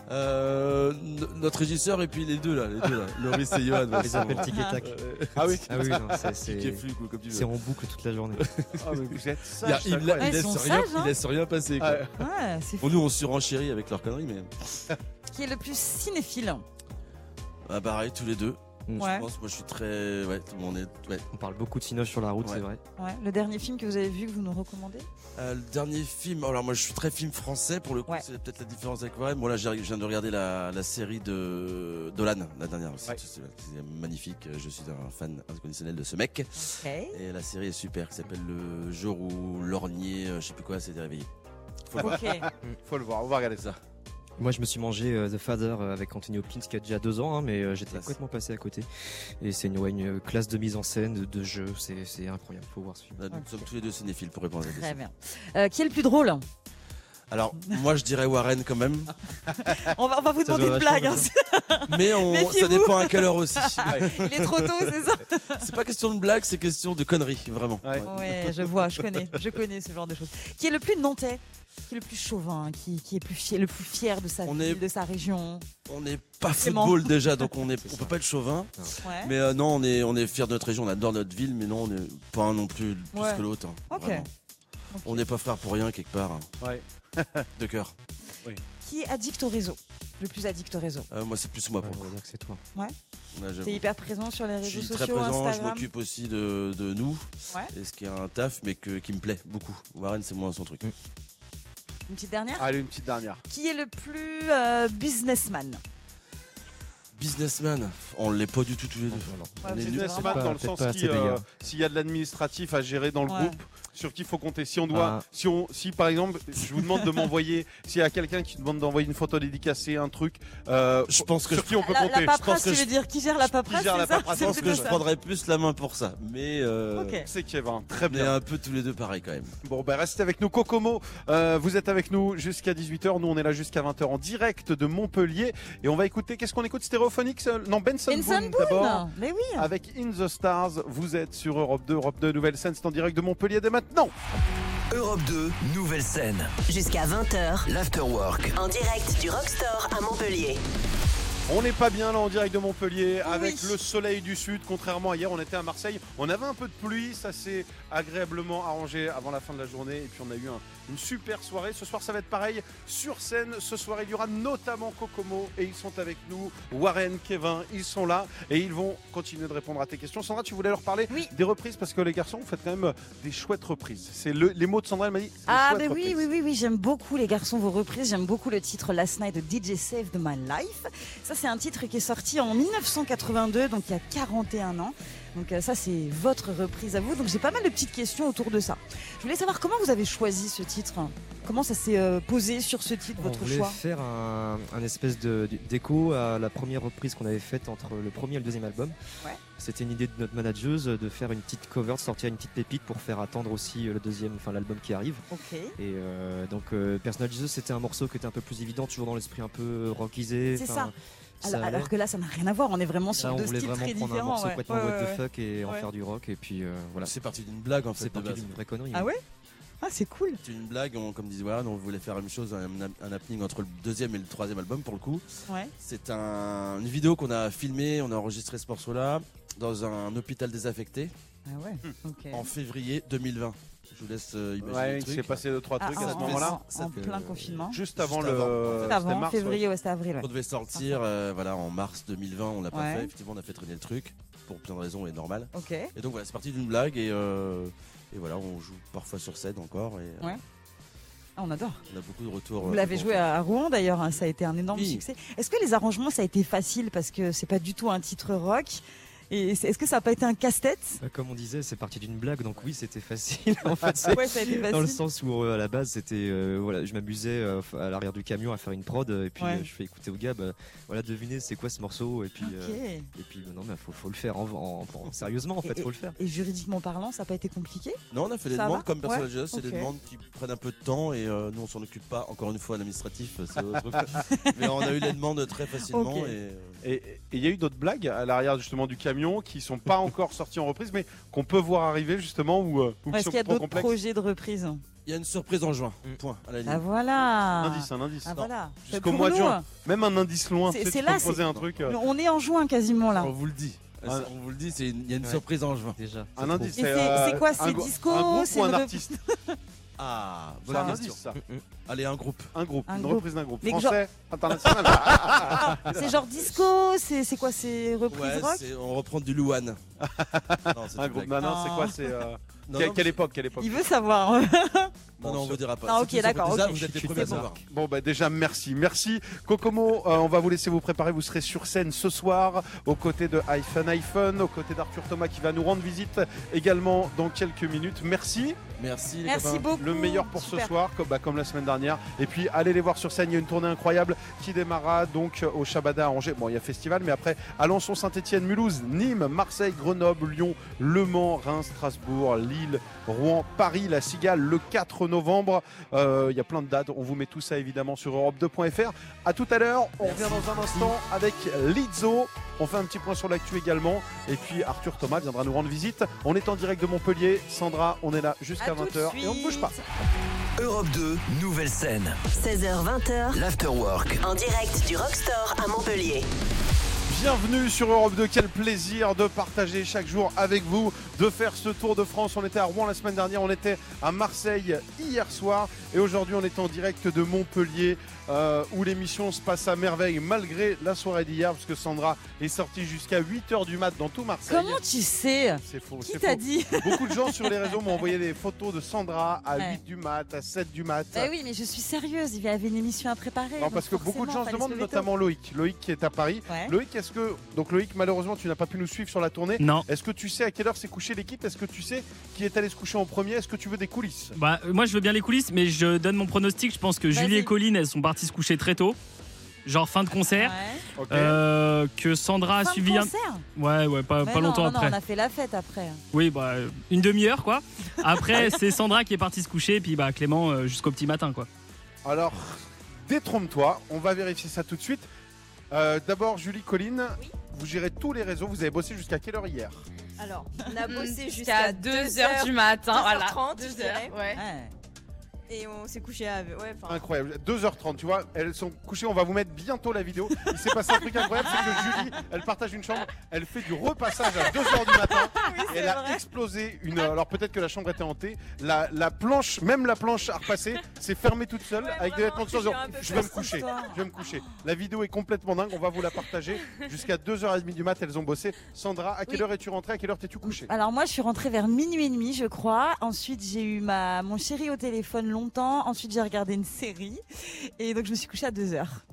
coup. Notre régisseur et puis les deux là, Loris et Johan. On les appelle tic et tac. Ah oui. Ah oui, non, Qui est flux, quoi, comme tu veux. c'est en boucle toute la journée. Ah, mais vous êtes Il, y a- sage, c'est il incroyable. Ouais, ils laisse sont rien, sages, hein. il laisse rien passer. Quoi. Ouais. Ouais, c'est fou. Pour nous, on surenchérit avec leurs conneries, mais Qui est le plus cinéphile? pareil, tous les deux. Ouais. Je pense, moi, je suis très. Ouais, tout le monde est. Ouais. On parle beaucoup de cinoche sur la route, Ouais. c'est vrai. Ouais. Le dernier film que vous avez vu, que vous nous recommandez? Le dernier film, alors moi je suis très film français pour le coup, Ouais. c'est peut-être la différence avec Warren. Bon là je viens de regarder la série de Dolan, la dernière. Ouais. C'est magnifique, je suis un fan inconditionnel de ce mec. Ok. Et la série est super, qui s'appelle Le jour où l'ornier, je sais plus quoi, s'est réveillé. Faut le voir. Ok. Faut le voir, on va regarder ça. Moi, je me suis mangé The Father avec Anthony Hopkins qui a déjà 2 ans, hein, mais j'étais Classe. complètement passé à côté. Et c'est une classe de mise en scène, de jeu, c'est incroyable. Faut voir ce film. Là, nous sommes tous les deux cinéphiles pour répondre à la Très question. bien. Qui est le plus drôle? Alors moi je dirais Warren quand même, On va vous Ça demander doit une blague. vachement Hein. mais ça Méfiez-vous. dépend à quelle heure aussi. Il est trop tôt, c'est ça? C'est pas question de blague, c'est question de conneries, vraiment. Ouais. Ouais, je vois, je connais ce genre de choses. Qui est le plus nantais? Qui est le plus chauvin? Qui est le plus fier de sa On ville, est- de sa région? On n'est pas Forcément. football déjà, donc on peut pas être chauvin. Ouais. Mais non, on est fiers de notre région, on adore notre ville, mais non, on n'est pas non plus plus Ouais. que l'autre. hein, Ok. vraiment. Ok. On n'est pas frères pour rien quelque part, hein, Ouais. de cœur. Qui est addict au réseau? Le plus addict au réseau? Moi, c'est plus moi Ouais, pour on va dire que c'est toi. Là, j'avoue. T'es hyper présent sur les Je réseaux suis sociaux, très présent, je Instagram? m'occupe aussi de nous, Ouais. et ce qui est un taf, mais qui me plaît beaucoup. Warren, c'est moins son truc. Une petite dernière? Allez, une petite dernière. Qui est le plus businessman? Businessman, on l'est pas du tout tous les deux. Ouais, On est vous êtes nuls. Businessman vraiment- dans le Peut-être sens pas qui, assez payeur. s'il y a de l'administratif à gérer dans le Ouais. groupe, sur qui il faut compter. Si on doit, Ah. si par exemple, je vous demande de m'envoyer, s'il y a quelqu'un qui demande d'envoyer une photo dédicacée, un truc, Je pense que sur qui on peut La compter. paperasse, que tu je- veux dire qui gère la paperasse? gère la c'est ça? paperasse, C'est je pense que plutôt je ça. prendrais plus la main pour ça, mais Ok. C'est Kevin, très on est bien. un peu tous les deux pareil quand même. Bon, ben restez avec nous. Kokomo, vous êtes avec nous jusqu'à 18h. Nous, on est là jusqu'à 20h en direct de Montpellier. Et on va écouter, qu'est-ce qu'on écoute? Stéréophonique? Non, Benson Boone d'abord. Mais oui. Avec In the Stars, vous êtes sur Europe 2 Nouvelle Scène, c'est en direct de Montpellier dès maintenant. Europe 2, nouvelle scène. Jusqu'à 20h, L'Afterwork. en direct du Rockstore à Montpellier. On n'est pas bien là en direct de Montpellier Oui. avec le soleil du sud. Contrairement à hier, on était à Marseille. On avait un peu de pluie, ça s'est agréablement arrangé avant la fin de la journée. Et puis on a eu une super soirée. Ce soir, ça va être pareil sur scène. Ce soir, il y aura notamment Kokomo et ils sont avec nous. Warren, Kevin, ils sont là et ils vont continuer de répondre à tes questions. Sandra, tu voulais leur parler Oui. des reprises parce que les garçons, vous faites quand même des chouettes reprises. C'est les mots de Sandra, elle m'a dit. des Ah, chouettes mais oui, reprises. oui, j'aime beaucoup les garçons, vos reprises. J'aime beaucoup le titre Last Night de DJ Saved My Life. Ça Ça, c'est un titre qui est sorti en 1982, donc il y a 41 ans. Donc ça, c'est votre reprise à vous. Donc j'ai pas mal de petites questions autour de ça. Je voulais savoir comment vous avez choisi ce titre. Comment ça s'est posé sur ce titre, votre On voulait choix? faire un espèce d'écho à la première reprise qu'on avait faite entre le premier et le deuxième album. Ouais. C'était une idée de notre manageuse de faire une petite cover, de sortir une petite pépite pour faire attendre aussi le deuxième, enfin l'album qui arrive. Ok. Et donc Personal Jesus, c'était un morceau qui était un peu plus évident, toujours dans l'esprit un peu rockisé. C'est enfin, ça. Alors que là, ça n'a rien à voir. On est vraiment sur là, on deux voulait styles vraiment très prendre un différents. morceau Ouais. complètement Ouais, what ouais, the fuck et en ouais. faire du rock. Et puis voilà. C'est parti d'une blague en fait. C'est de parti base. d'une vraie connerie. Ah ouais? Ah, c'est cool. C'est une blague, comme disait Warren, on voulait faire la même chose, un happening entre le deuxième et le troisième album pour le coup. Ouais. C'est une vidéo qu'on a filmée, on a enregistré ce morceau-là dans un hôpital désaffecté Ah ouais. Ok. en février 2020. Je vous laisse imaginer Ouais, le il truc. s'est passé 2-3 trucs à ce moment-là. En plein confinement. Juste avant Juste le. avant. c'était Avant, mars, février, ouais, c'était avril. Ouais. On devait sortir voilà, en mars 2020, on l'a pas Ouais. fait. Effectivement, on a fait traîner le truc pour plein de raisons et normal. Ok. Et donc voilà, c'est parti d'une blague et voilà, on joue parfois sur scène encore. Et, Ouais. Ah, on adore. on a beaucoup de retours. Vous l'avez joué à Rouen d'ailleurs, hein, ça a été un énorme Oui. succès. Est-ce que les arrangements, ça a été facile parce que c'est pas du tout un titre rock? Et est-ce que ça n'a pas été un casse-tête? Comme on disait, c'est parti d'une blague, donc oui, c'était facile. En fait, c'est Ouais, ça a été facile. dans le sens où à la base, c'était voilà, je m'amusais à l'arrière du camion à faire une prod, et puis Ouais. je fais écouter au gars, voilà, devinez c'est quoi ce morceau, et puis Ok. non, mais faut le faire sérieusement, en fait, faut le faire. Et juridiquement parlant, ça n'a pas été compliqué? Non, on a fait les Ça demandes va comme Personal Ouais. Jesus, c'est Ok. des demandes qui prennent un peu de temps et nous on s'en occupe pas. Encore une fois, l'administratif, c'est autre chose. Mais on a eu les demandes très facilement. Ok. Et il y a eu d'autres blagues à l'arrière justement du camion qui sont pas encore sorties en reprise, mais qu'on peut voir arriver justement ou qui Est-ce sont qu'il y a trop d'autres complexes. projets de reprise? Il y a une surprise en juin. Point. À la ligne. Ah voilà. Un indice. Ah Non. voilà. Jusqu'au Pour mois de nous, juin. Même un indice loin. C'est- tu sais, c'est tu là, peux me poser c'est- un truc. On est en juin quasiment là. On vous le dit. Ah. On vous le dit, il y a une Ouais. surprise en juin. Déjà. Un indice. Et c'est quoi? un C'est groupe- disco? Un groupe C'est ou un une artiste? Ah, C'est bonne un question. indice ça. Allez, un groupe. Un groupe. Un Une groupe. reprise d'un groupe. Mais Français, international. C'est genre disco? C'est quoi? C'est reprise Ouais, rock? on reprend du Louane. Non, c'est Un une groupe. blague. Non, c'est quoi? C'est Non, non, quelle époque? Quelle époque? Il veut savoir. Non, on vous dira pas. Ah, C'est ok, une d'accord, surprise. Déjà, ok. vous êtes les Je suis premiers à d'accord. savoir. Bon bah déjà merci Kokomo, on va vous laisser vous préparer, vous serez sur scène ce soir aux côtés de iPhone, aux côtés d'Arthur Thomas qui va nous rendre visite également dans quelques minutes. Merci, Merci les Merci copains. beaucoup. le meilleur pour Super. ce soir comme la semaine dernière, et puis allez les voir sur scène, il y a une tournée incroyable qui démarrera donc au Shabada à Angers, bon il y a festival mais après Alençon, Saint-Etienne, Mulhouse, Nîmes, Marseille, Grenoble, Lyon, Le Mans, Reims, Strasbourg, Lille, Rouen, Paris, la Cigale le 4 novembre. Il y a plein de dates, on vous met tout ça évidemment sur europe2.fr. À tout à l'heure, on revient dans un instant avec Lizzo. On fait un petit point sur l'actu également. Et puis Arthur Thomas viendra nous rendre visite. On est en direct de Montpellier. Sandra, on est là jusqu'à À tout de 20h et on ne bouge pas. Europe 2, nouvelle scène. 16h20h, L'Afterwork. en direct du Rockstore à Montpellier. Bienvenue sur Europe 2, quel plaisir de partager chaque jour avec vous, de faire ce tour de France. On était à Rouen la semaine dernière, on était à Marseille hier soir et aujourd'hui on est en direct de Montpellier où l'émission se passe à merveille malgré la soirée d'hier parce que Sandra est sortie jusqu'à 8h du mat dans tout Marseille. Comment tu sais? C'est faux, Qui c'est t'a faux. dit? Beaucoup de gens sur les réseaux m'ont envoyé des photos de Sandra à Ouais. 8 du mat, à 7 du mat. Bah oui, mais je suis sérieuse. Il y avait une émission à préparer. Non, parce que donc beaucoup de gens forcément, se demandent, fallait se lever tôt. notamment Loïc qui est à Paris. Ouais. Loïc, Loïc, malheureusement, tu n'as pas pu nous suivre sur la tournée. Non. Est-ce que tu sais à quelle heure s'est couché l'équipe? Est-ce que tu sais qui est allé se coucher en premier? Est-ce que tu veux des coulisses? Bah, moi, je veux bien les coulisses, mais je donne mon pronostic. Je pense que Vas-y. Julie et Colline, elles sont parties se coucher très tôt. Genre fin de concert. Ouais. Ok. Que Sandra a Fin de suivi un. concert? Ouais, pas Mais longtemps non, après. on a fait la fête après. Oui, bah, une demi-heure, quoi. Après, c'est Sandra qui est partie se coucher, et puis bah, Clément jusqu'au petit matin, quoi. Alors, détrompe-toi, on va vérifier ça tout de suite. D'abord, Julie, Colline, vous gérez tous les réseaux. Vous avez bossé jusqu'à quelle heure hier? Alors, on a bossé Jusqu'à 2h du matin. 2h30, voilà. je dirais. Ouais. Ouais. Et on s'est couché à. Ouais, enfin. Incroyable, 2h30, tu vois, elles sont couchées, on va vous mettre bientôt la vidéo. Il s'est passé un truc incroyable, c'est que Julie, elle partage une chambre, elle fait du repassage à 2h du matin. c'est Elle a vrai. explosé une. Alors peut-être que la chambre était hantée. La planche, même la planche à repasser, s'est fermée toute seule Ouais, avec des vraiment, vêtements de j'ai soir. un peu Je vais peur, me coucher. histoire. Je vais me coucher. La vidéo est complètement dingue. On va vous la partager jusqu'à 2h30 du mat. Elles ont bossé. Sandra, à quelle Oui. heure es-tu rentrée? À quelle heure t'es-tu couchée? Alors moi, je suis rentrée vers minuit et demi, je crois. Ensuite, j'ai eu mon chéri au téléphone longtemps. Ensuite, j'ai regardé une série. Et donc, je me suis couchée à 2h.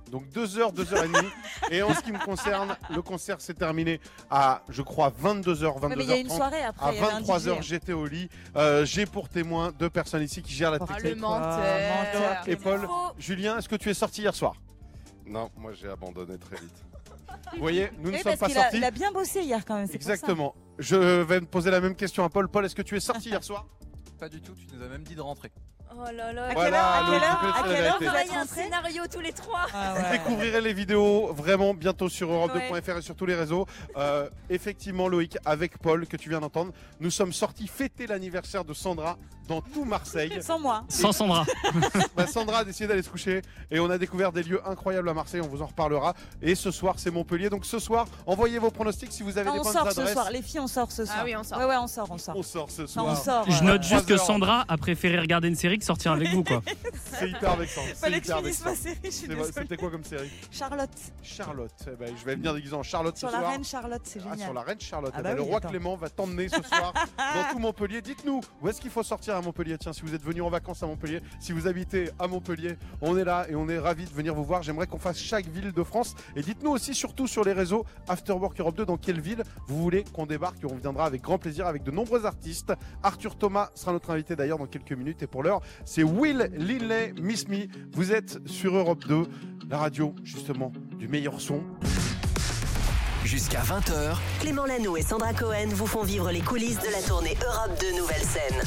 Donc 2h, 2h30. Et en ce qui me concerne, le concert s'est terminé à, je crois, 22h, 22h30. Mais il y a une soirée après. À il y avait un 23h, DJ. j'étais au lit. J'ai pour témoin 2 personnes ici qui gèrent la Ah, technique. le menteur. Et Paul, Julien, est-ce que tu es sorti hier soir? Non, moi j'ai abandonné très vite. Vous voyez, nous ne Oui, sommes parce pas qu'il a, sortis. il a bien bossé hier quand même. c'est pour ça. Exactement. Je vais me poser la même question à Paul. Paul, est-ce que tu es sorti hier soir? Pas du tout, tu nous as même dit de rentrer. Oh là là. À Voilà, quelle heure, à Loïc, quelle heure, vous connaissez à la quelle heure vérité. vous On êtes a un rentrés scénario tous les trois. Ah Vous ouais. découvrirez les vidéos vraiment bientôt sur Ouais. europe2.fr et sur tous les réseaux. Effectivement, Loïc, avec Paul, que tu viens d'entendre, nous sommes sortis fêter l'anniversaire de Sandra dans tout Marseille. Sans moi. Sans Sandra. Sandra a décidé d'aller se coucher et on a découvert des lieux incroyables à Marseille, on vous en reparlera. Et ce soir, c'est Montpellier. Donc ce soir, envoyez vos pronostics si vous avez Non, des on bonnes sort adresses. ce soir. Les filles, on sort ce soir. Ah oui, on sort. Ouais, on sort. On sort ce Non, soir. on sort. Je note juste que 3 heures. Sandra a préféré regarder une série que sortir avec vous, quoi. C'est hyper vexant. C'est Fallait que je hyper finisse vexant. ma série, je suis désolée. C'était quoi comme série? Charlotte. Charlotte. Eh ben, je vais venir déguisé en Charlotte Sur ce la soir. reine Charlotte, c'est Ah, génial. sur la reine Charlotte. Ah Eh bah ben, le oui, roi attends. Clément va t'emmener ce soir dans tout Montpellier. Dites-nous, où est-ce qu'il faut sortir à Montpellier? Tiens, si vous êtes venu en vacances à Montpellier, si vous habitez à Montpellier, on est là et on est ravis de venir vous voir. J'aimerais qu'on fasse chaque ville de France. Et dites-nous aussi, surtout sur les réseaux Afterwork Europe 2, dans quelle ville vous voulez qu'on débarque. Et on viendra avec grand plaisir avec de nombreux artistes. Arthur Thomas sera notre invité d'ailleurs dans quelques minutes. Et pour l'heure, c'est Will Linley, Miss Me. Vous êtes sur Europe 2, la radio justement du meilleur son. Jusqu'à 20h, Clément Lanoux et Sandra Cohen vous font vivre les coulisses de la tournée Europe 2 Nouvelle Scène.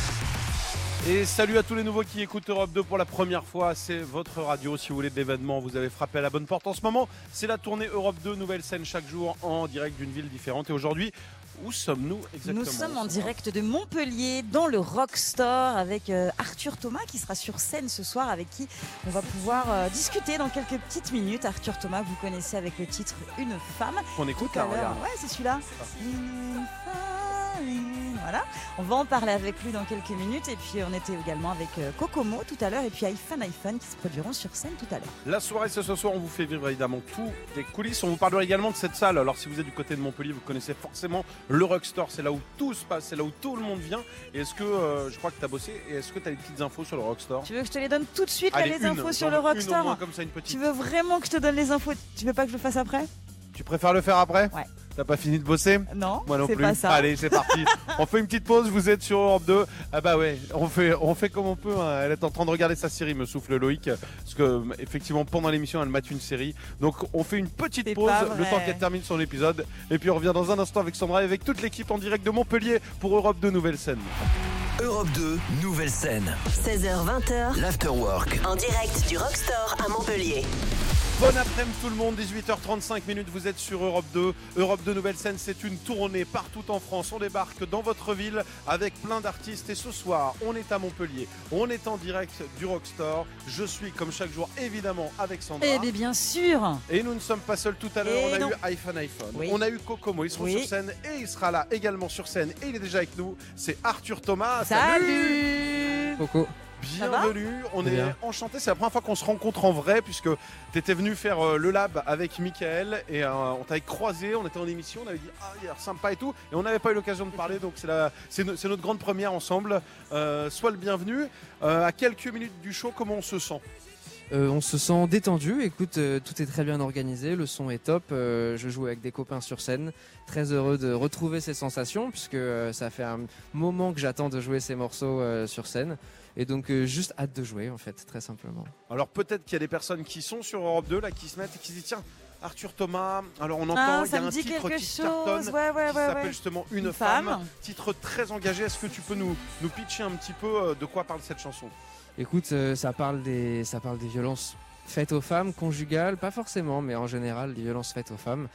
Et salut à tous les nouveaux qui écoutent Europe 2 pour la première fois. C'est votre radio. Si vous voulez de l'événement, vous avez frappé à la bonne porte en ce moment. C'est la tournée Europe 2 Nouvelle Scène chaque jour en direct d'une ville différente. Et aujourd'hui, où sommes-nous exactement? Nous sommes en direct de Montpellier dans le Rockstore avec Arthur Thomas qui sera sur scène ce soir, avec qui on va pouvoir discuter dans quelques petites minutes. Arthur Thomas, que vous connaissez avec le titre Une femme. On écoute Tout à là, l'heure. regarde. Ouais, c'est celui-là. Une femme. Voilà, on va en parler avec lui dans quelques minutes. Et puis on était également avec Kokomo tout à l'heure et puis iPhone qui se produiront sur scène tout à l'heure. La soirée, c'est ce soir. On vous fait vivre évidemment tous les coulisses. On vous parlera également de cette salle. Alors, si vous êtes du côté de Montpellier, vous connaissez forcément le Rockstore. C'est là où tout se passe, c'est là où tout le monde vient. Et est-ce que, je crois que tu as bossé, et est-ce que tu as des petites infos sur le Rockstore? Tu veux que je te les donne tout de suite, là, Allez, les infos sur le Une au moins Rockstore? comme ça, une petite. Tu veux vraiment que je te donne les infos? Tu veux pas que je le fasse après? Tu préfères le faire après? Ouais. T'as pas fini de bosser? Non, Moi non c'est plus. pas ça. Allez, c'est parti. On fait une petite pause, vous êtes sur Europe 2. Ah bah ouais, on fait comme on peut. Hein. Elle est en train de regarder sa série, me souffle Loïc. Parce que effectivement, pendant l'émission, elle mate une série. Donc on fait une petite C'est pause, pas le vrai. temps qu'elle termine son épisode. Et puis on revient dans un instant avec Sandra et avec toute l'équipe en direct de Montpellier pour Europe 2 Nouvelle Scène. Europe 2, Nouvelle Scène. 16h-20h, L'Afterwork. en direct du Rockstore à Montpellier. Bon après-midi tout le monde, 18h35, vous êtes sur Europe 2. Europe 2 Nouvelle Scène, c'est une tournée partout en France. On débarque dans votre ville avec plein d'artistes. Et ce soir, on est à Montpellier. On est en direct du Rockstore. Je suis comme chaque jour évidemment avec Sandra. Eh bien sûr. Et nous ne sommes pas seuls tout à l'heure. Et On a non. eu iPhone. Oui. On a eu Kokomo. Ils seront Oui. sur scène et il sera là également sur scène. Et il est déjà avec nous. C'est Arthur Thomas. Salut. Coco. Bienvenue, on est bien. enchanté. C'est la première fois qu'on se rencontre en vrai, puisque tu étais venu faire le lab avec Michael et on t'avait croisé. On était en émission, on avait dit ah, il a l'air sympa et tout, et on n'avait pas eu l'occasion de parler. Donc c'est notre grande première ensemble. Sois le bienvenu. À quelques minutes du show, comment on se sent? On se sent détendu, écoute, tout est très bien organisé, le son est top, je joue avec des copains sur scène, très heureux de retrouver ces sensations puisque ça fait un moment que j'attends de jouer ces morceaux sur scène et donc juste hâte de jouer en fait, très simplement. Alors peut-être qu'il y a des personnes qui sont sur Europe 2 là, qui se mettent et qui se disent tiens, Arthur Thomas, alors on entend, Ah, il y a ça me un dit titre quelque qui chose. cartonne, Ouais, qui s'appelle justement Une Une femme. femme. Titre très engagé. Est-ce que tu peux nous pitcher un petit peu de quoi parle cette chanson? Écoute, ça parle des violences faites aux femmes, conjugales, pas forcément, mais en général, des violences faites aux femmes.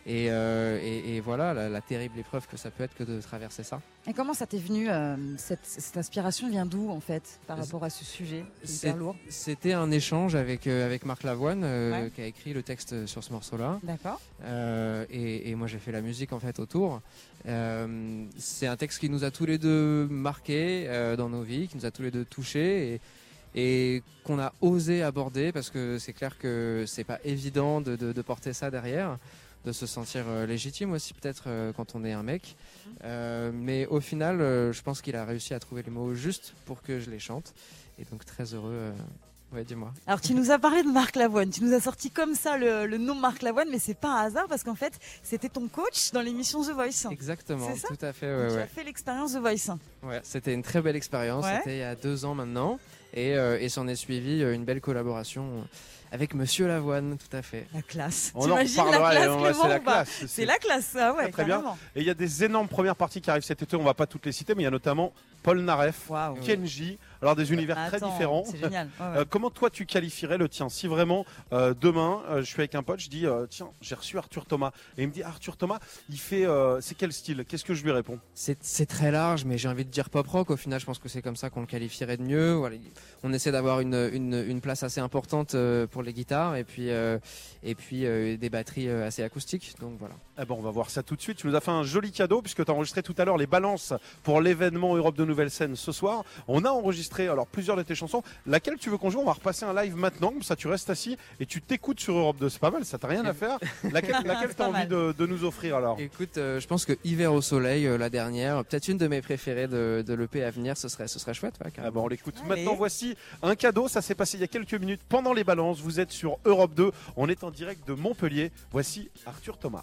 Et voilà, la terrible épreuve que ça peut être que de traverser ça. Et comment ça t'est venu cette inspiration vient d'où en fait par rapport à ce sujet hyper lourd? C'était un échange avec Marc Lavoine Ouais. qui a écrit le texte sur ce morceau-là. D'accord. Et moi j'ai fait la musique en fait autour. C'est un texte qui nous a tous les deux marqués dans nos vies, qui nous a tous les deux touchés et qu'on a osé aborder parce que c'est clair que c'est pas évident de porter ça derrière, de se sentir légitime aussi peut-être quand on est un mec. Mais au final, je pense qu'il a réussi à trouver les mots justes pour que je les chante. Et donc très heureux Ouais, dis-moi. Alors tu nous as parlé de Marc Lavoine, tu nous as sorti comme ça le nom Marc Lavoine, mais c'est pas un hasard parce qu'en fait c'était ton coach dans l'émission The Voice. Exactement, C'est ça tout à fait. Donc, tu Ouais, as fait l'expérience The Voice. ouais. C'était une très belle expérience, Ouais. c'était il y a 2 ans maintenant, et s'en est suivi une belle collaboration avec Monsieur Lavoine, tout à fait. La classe. On en T'imagines reparlera, la classe, ouais, c'est Clément, la ou pas classe. C'est la classe, ah ouais, Très bien. carrément. Et il y a des énormes premières parties qui arrivent cet été, on va pas toutes les citer, mais il y a notamment Paul Naref, Waouh. Kenji, alors des univers très Attends, différents. C'est génial. Ouais, ouais. Comment toi tu qualifierais le tien? Si vraiment demain je suis avec un pote, je dis tiens, j'ai reçu Arthur Thomas, et il me dit Arthur Thomas, il fait c'est quel style? Qu'est-ce que je lui réponds? C'est très large, mais j'ai envie de dire pop rock. Au final, je pense que c'est comme ça qu'on le qualifierait de mieux. Voilà, on essaie d'avoir une place assez importante pour les guitares, et puis des batteries assez acoustiques. Donc voilà. Eh ben, on va voir ça tout de suite. Tu nous as fait un joli cadeau puisque tu as enregistré tout à l'heure les balances pour l'événement Europe de Nouvelle Scène ce soir. On a enregistré alors plusieurs de tes chansons. Laquelle tu veux qu'on joue? On va repasser un live maintenant, comme ça tu restes assis et tu t'écoutes sur Europe 2. C'est pas mal, ça t'as rien à faire. Laquelle C'est t'as pas envie de nous offrir alors? Écoute, je pense que Hiver au soleil, la dernière, peut-être une de mes préférées de l'EP à venir, ce serait chouette. Ouais, Ah ben, on l'écoute Allez. maintenant. Voici un cadeau. Ça s'est passé il y a quelques minutes pendant les balances. Vous êtes sur Europe 2. On est en direct de Montpellier. Voici Arthur Thomas.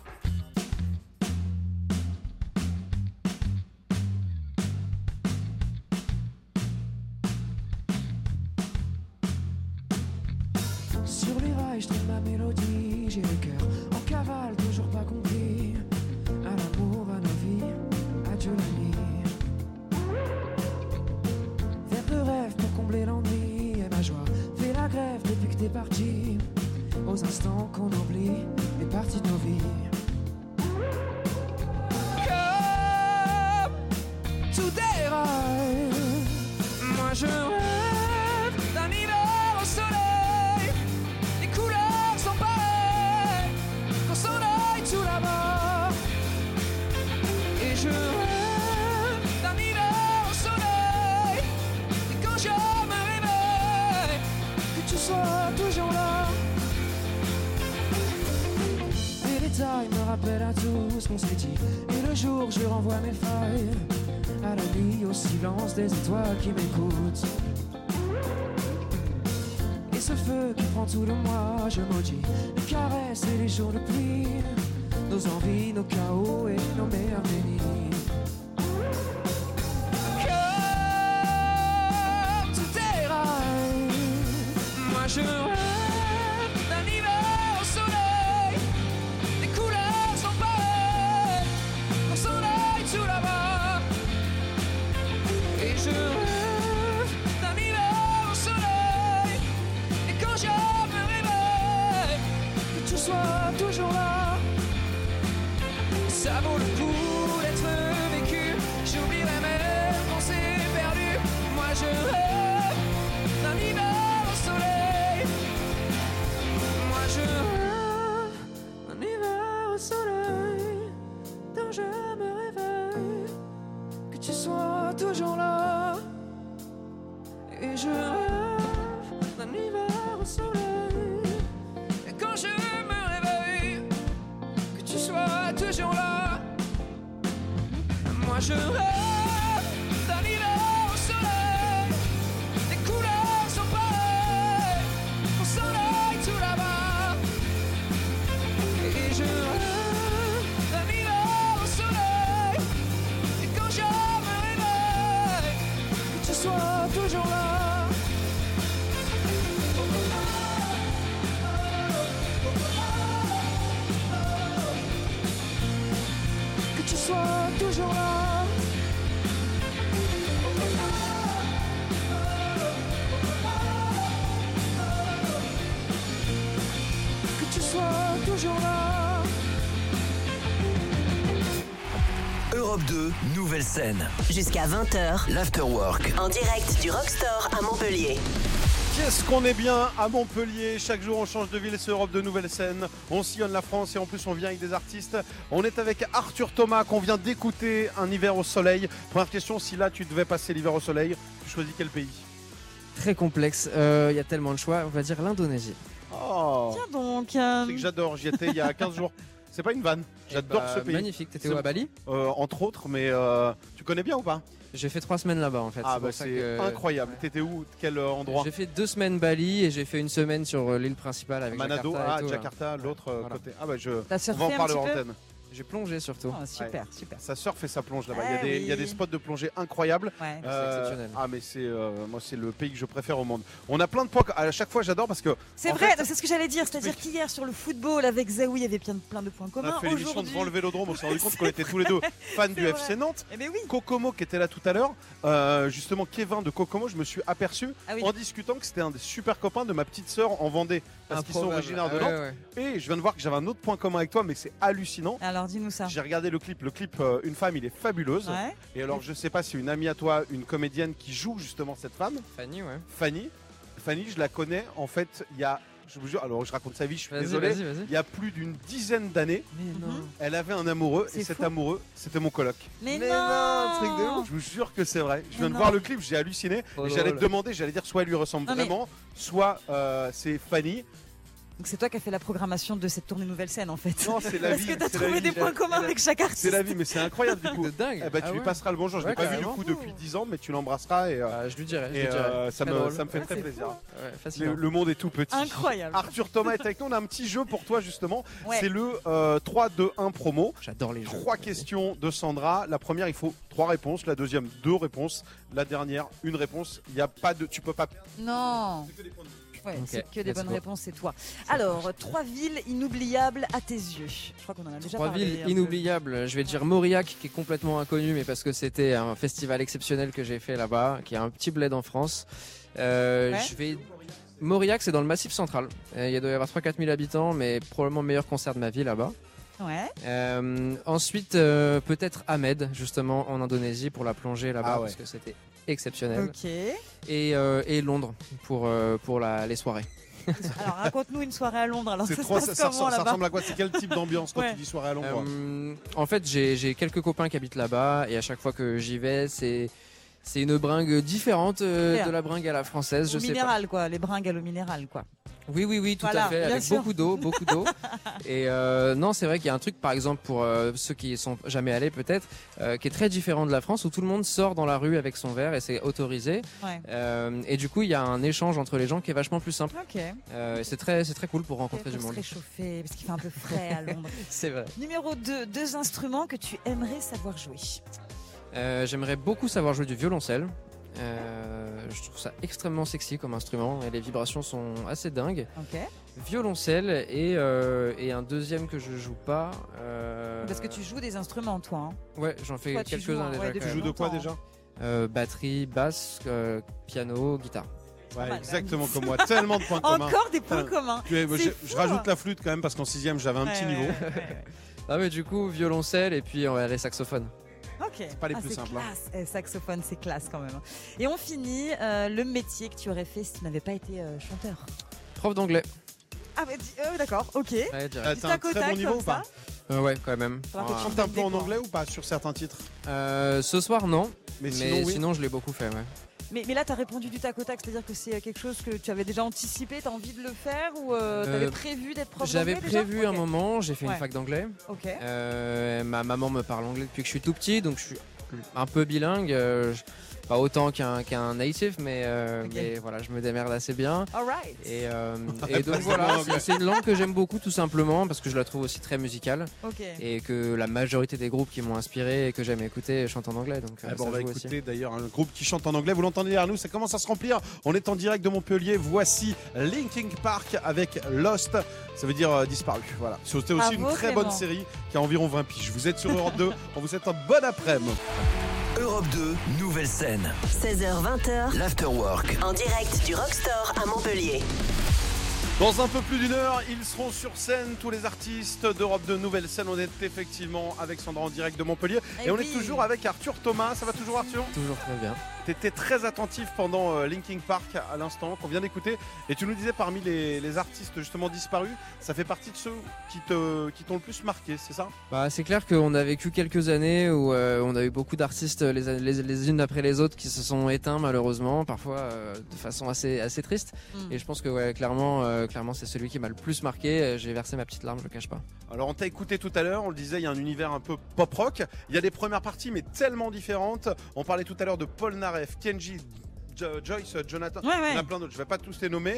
Sur les rails, je trouve ma mélodie. J'ai le cœur en cavale, toujours pas compris. À l'amour, à nos vies, adieu la nuit. Vers de rêve pour combler l'ennui. Et ma joie fait la grève depuis que t'es parti. Aux instants qu'on oublie les parties de nos vies. Comme tout déraille, moi je rêve d'un hiver au soleil. Les couleurs sont pareilles, qu'on s'en aille tout là-bas. Et je rêve d'un hiver au soleil. Et quand je me réveille, que tu sois toujours là. Les détails me rappellent à tout ce qu'on s'est dit. Et le jour, je renvoie mes failles à la nuit, au silence des étoiles qui m'écoutent. Et ce feu qui prend tout de moi, je maudis les caresses et les jours de pluie, nos envies, nos chaos et nos meilleures nuits. Comme tout déraille, moi je rêve d'un hiver au soleil. Les couleurs sont pareilles, qu'on s'en aille tout là-bas. Et je rêve d'un hiver au soleil. Et quand je me réveille, que tu sois toujours là. Ça vaut le coup d'être vécu. J'oublierai même qu'on s'est perdu. Moi je rêve d'un hiver au soleil. Moi je rêve d'un hiver au soleil. Quand je me réveille, que tu sois toujours là. Et je rêve d'un hiver au soleil. Et quand je me réveille, que tu sois toujours là. Moi je rêve d'un hiver au soleil. Les couleurs sont pareilles, on s'en aille tout là-bas. Et je rêve d'un hiver au soleil. Et quand je me réveille, que tu sois toujours là. Que tu sois toujours là. Que tu sois toujours là. Europe 2, nouvelle scène. Jusqu'à 20h, L'Afterwork. en direct du Rockstore à Montpellier. Qu'est-ce qu'on est bien à Montpellier. Chaque jour on change de ville, c'est Europe de nouvelles scènes. On sillonne la France et en plus on vient avec des artistes. On est avec Arthur Thomas qu'on vient d'écouter, Un hiver au soleil. Première question, si là tu devais passer l'hiver au soleil, tu choisis quel pays? Très complexe, il y a tellement de choix, on va dire l'Indonésie. Oh, Tiens donc. c'est que j'adore, j'y étais il y a 15 jours. C'est pas une vanne. J'adore ce pays. Magnifique. T'étais où, à Bali? Entre autres, mais tu connais bien ou pas? J'ai fait 3 semaines là-bas en fait. Ah pour bah ça c'est que- incroyable. T'étais où? Quel endroit? J'ai fait 2 semaines Bali et j'ai fait une semaine sur l'île principale avec Manado, Jakarta. et tout, Jakarta, l'autre Voilà. côté. Ah bah T'as on surfé va en un parler petit en peu antenne. J'ai plongé surtout. Ah, super, Ouais. super. Ça surfe et ça plonge là-bas. Ah il y a oui. des spots de plongée incroyables. Ouais. C'est exceptionnel. Ah mais c'est moi c'est le pays que je préfère au monde. On a plein de points. À chaque fois j'adore parce que C'est en vrai, fait, c'est ce que j'allais dire. C'est-à-dire qu'hier sur le football avec Zaoui, il y avait plein de points on communs. a fait l'émission Aujourd'hui, devant le Vélodrome. On s'est rendu compte qu'on était tous les deux fans du C'est FC vrai. Nantes. Eh ben oui. Kokomo qui était là tout à l'heure, justement Kevin de Kokomo, je me suis aperçu Ah oui. en discutant que c'était un des super copains de ma petite sœur en Vendée parce qu'ils sont Improbable. originaires de Ah ouais, Nantes. ouais. Et je viens de voir que j'avais un autre point commun avec toi, mais c'est hallucinant. Alors dis-nous ça. J'ai regardé le clip. Une femme, il est fabuleuse. Ouais. Et alors, je sais pas si une amie à toi, une comédienne qui joue justement cette femme, Fanny, ouais. Fanny, je la connais en fait il y a, je vous jure, alors je raconte sa vie, je suis Vas-y, désolé, vas-y, vas-y. il y a plus d'une dizaine d'années, Mais non. elle avait un amoureux et C'est cet fou. amoureux, c'était mon coloc. Mais Mais non, non, truc de ouf. Je vous jure que c'est vrai. Je viens de non. voir le clip, j'ai halluciné. Trop Et j'allais drôle. te demander, j'allais dire soit elle lui ressemble Non, mais- vraiment, soit c'est Fanny. Donc c'est toi qui as fait la programmation de cette tournée Nouvelle Scène en fait. Non, c'est la Parce vie. que t'as c'est la trouvé vie. des points communs avec chaque artiste. C'est la vie, mais c'est incroyable du coup. De dingue. Eh ben, tu Ah lui ouais. passeras le bonjour. Je l'ai Ouais, pas vu du carrément. coup depuis 10 ans, mais tu l'embrasseras et, Je lui dirai. et, ça, Très me, drôle. ça me fait Ouais, très c'est plaisir. Ouais, fascinant. Le monde est tout petit. Incroyable. Arthur Thomas est avec nous. On a un petit jeu pour toi justement. Ouais. C'est le 3-2-1 promo. J'adore les jeux. 3 questions de Sandra. La première, il faut 3 réponses. La deuxième, 2 réponses. La dernière, 1 réponse. Il y a pas de. Tu peux pas. Non. Ouais, Ok, c'est que des let's bonnes go. réponses, c'est toi. Alors, 3 villes inoubliables à tes yeux. Je crois qu'on en a déjà 3 parlé. villes un peu. inoubliables. Je vais dire Mauriac, qui est complètement inconnu, mais parce que c'était un festival exceptionnel que j'ai fait là-bas, qui est un petit bled en France. Je vais. Mauriac, c'est dans le Massif Central. Il doit y avoir 3-4 000 habitants, mais probablement le meilleur concert de ma vie là-bas. Ouais. Ensuite, peut-être Ahmed, justement, en Indonésie, pour la plongée là-bas, Ah ouais. parce que c'était exceptionnel. Ok. Et Londres, pour les soirées. Alors, raconte-nous une soirée à Londres. Alors, C'est ça se trop. passe Ça comment là-bas ressemble à quoi? C'est quel type d'ambiance quand Ouais. tu dis soirée à Londres? En fait, j'ai quelques copains qui habitent là-bas, et à chaque fois que j'y vais, c'est une bringue différente Claire. de la bringue à la française, je Au sais pas. minéral, quoi. Les bringues à l'eau minérale, quoi. Oui, tout Voilà, à fait, bien avec sûr. beaucoup d'eau. Et non, c'est vrai qu'il y a un truc, par exemple, pour ceux qui y sont jamais allés peut-être, qui est très différent de la France, où tout le monde sort dans la rue avec son verre et c'est autorisé. Ouais. Et du coup, il y a un échange entre les gens qui est vachement plus simple. Ok. Et c'est très cool pour rencontrer Pour du se monde. réchauffer, parce qu'il fait un peu frais à Londres. C'est vrai. Numéro 2, 2 instruments que tu aimerais savoir jouer. J'aimerais beaucoup savoir jouer du violoncelle. Je trouve ça extrêmement sexy comme instrument et les vibrations sont assez dingues. Ok. Violoncelle et un deuxième que je joue pas. Parce que tu joues des instruments, toi. Hein. Ouais, j'en fais Toi, tu joues, quelques-uns hein, déjà. ouais, quand depuis Tu joues même. de quoi longtemps. déjà? Batterie, basse, piano, guitare. Ouais, mal, exactement comme moi. Tellement de points communs. Encore des points Putain. communs. Je C'est je fou, rajoute hein. la flûte quand même parce qu'en 6ème j'avais un petit Ouais, niveau. ouais. Ah mais du coup violoncelle et puis les saxophones. Ok. pas les plus c'est simples, hein. Classe. Saxophone, c'est classe quand même. Et on finit le métier que tu aurais fait si tu n'avais pas été chanteur. Prof d'anglais. Ah, mais d'accord, ok. Ouais, Ah, direct. t'as un Tac au très tac, bon niveau comme ou pas? Ouais, quand même. Faudra que tu Chante un peu en Des cours. anglais ou pas sur certains titres? Ce soir non, Mais mais sinon, oui. je l'ai beaucoup fait. Ouais. Mais là, tu as répondu du tac au tac, c'est-à-dire que c'est quelque chose que tu avais déjà anticipé, tu as envie de le faire ou tu avais prévu d'être prof J'avais d'anglais déjà prévu un Ok. moment, j'ai fait Ouais. une fac d'anglais. Ok. Ma maman me parle anglais depuis que je suis tout petit, donc je suis un peu bilingue. Pas autant qu'un native, mais voilà, je me démerde assez bien. All right. Et donc voilà, c'est une langue que j'aime beaucoup tout simplement parce que je la trouve aussi très musicale Ok. et que la majorité des groupes qui m'ont inspiré et que j'aime écouter chantent en anglais. Donc Ah ça bon, on va joue aussi. écouter d'ailleurs un groupe qui chante en anglais. Vous l'entendez derrière nous, ça commence à se remplir. On est en direct de Montpellier. Voici Linkin Park avec Lost. Ça veut dire disparu. Voilà. C'était aussi Bravo, une très bonne Clément. série qui a environ 20 piges. Vous êtes sur Europe 2. On vous souhaite un bon après-midi. Europe 2, nouvelle scène. 16h-20h, L'Afterwork. en direct du Rockstore à Montpellier. Dans un peu plus d'une heure, ils seront sur scène, tous les artistes d'Europe 2 Nouvelle Scène. On est effectivement avec Sandra en direct de Montpellier. Et on oui. est toujours avec Arthur Thomas. Ça va toujours, Arthur? Toujours très bien. T'étais très attentif pendant Linkin Park à l'instant qu'on vient d'écouter et tu nous disais parmi les artistes justement disparus, ça fait partie de ceux qui t'ont le plus marqué, c'est ça? Bah, c'est clair qu'on a vécu quelques années où on a eu beaucoup d'artistes les unes après les autres qui se sont éteints malheureusement, parfois de façon assez triste. Et je pense que ouais, clairement c'est celui qui m'a le plus marqué. J'ai versé ma petite larme, je le cache pas. Alors on t'a écouté tout à l'heure, on le disait, il y a un univers un peu pop-rock. Il y a des premières parties mais tellement différentes. On parlait tout à l'heure de Paul Naref, Kenji, Joyce, Jonathan, il y en a plein d'autres, je vais pas tous les nommer.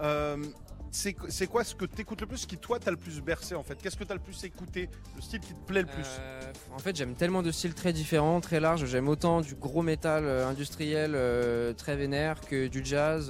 C'est quoi ce que t'écoutes le plus, ce qui toi t'as le plus bercé en fait? Qu'est-ce que t'as le plus écouté, le style qui te plaît le plus? En fait j'aime tellement de styles très différents, très larges. J'aime autant du gros métal industriel très vénère que du jazz.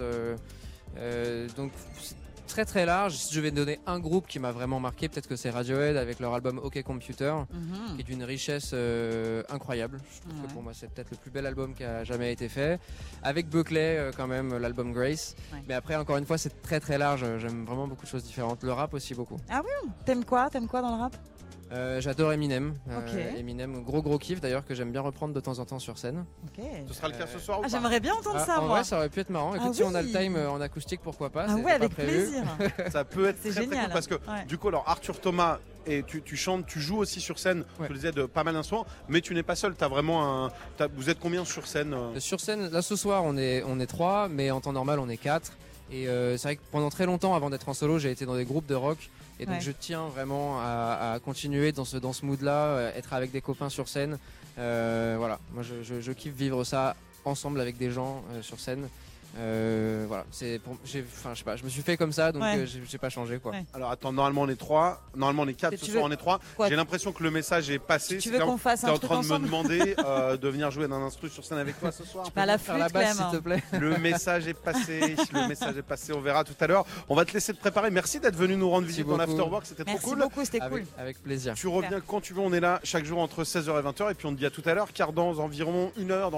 Donc c'est très très large. Si je vais donner un groupe qui m'a vraiment marqué, peut-être que c'est Radiohead avec leur album OK Computer, qui est d'une richesse incroyable. Je trouve que pour moi c'est peut-être le plus bel album qui a jamais été fait. Avec Buckley quand même, l'album Grace. Mais après encore une fois c'est très très large. J'aime vraiment beaucoup de choses différentes. Le rap aussi beaucoup. Ah oui, t'aimes quoi dans le rap? J'adore Eminem. Eminem, gros kiff d'ailleurs, que j'aime bien reprendre de temps en temps sur scène. Ce sera le cas ce soir ou pas? J'aimerais bien entendre ça, moi. moi. Ouais, ça aurait pu être marrant. Écoute, si on a le time en acoustique, pourquoi pas? Ah ouais, avec plaisir. Ça peut être très génial, cool parce que du coup, alors Arthur Thomas, et tu chantes, tu joues aussi sur scène, tu le disais, de pas mal d'instruments, mais tu n'es pas seul, vous êtes combien sur scène? Sur scène, là ce soir on est 3, mais en temps normal on est 4. Et c'est vrai que pendant très longtemps, avant d'être en solo, j'ai été dans des groupes de rock. Et donc je tiens vraiment à continuer dans ce mood-là, être avec des copains sur scène. Voilà, moi je kiffe vivre ça ensemble avec des gens sur scène. Voilà, je sais pas, je me suis fait comme ça, donc j'ai pas changé quoi. Alors attends, normalement on est 3, normalement on est 4, ce soir on est 3. J'ai l'impression que le message est passé. Tu veux qu'on fasse un truc ensemble? T'es en train de me demander de venir jouer d'un instru sur scène avec toi ce soir? Pas la flûte, la basse s'il te plaît. Le message est passé, on verra tout à l'heure. On va te laisser te préparer. Merci d'être venu nous rendre visite dans l'Afterwork, c'était trop cool. Merci beaucoup, c'était cool. Avec plaisir. Tu reviens quand tu veux, on est là chaque jour entre 16h et 20h et puis on te dit à tout à l'heure car dans environ une heure,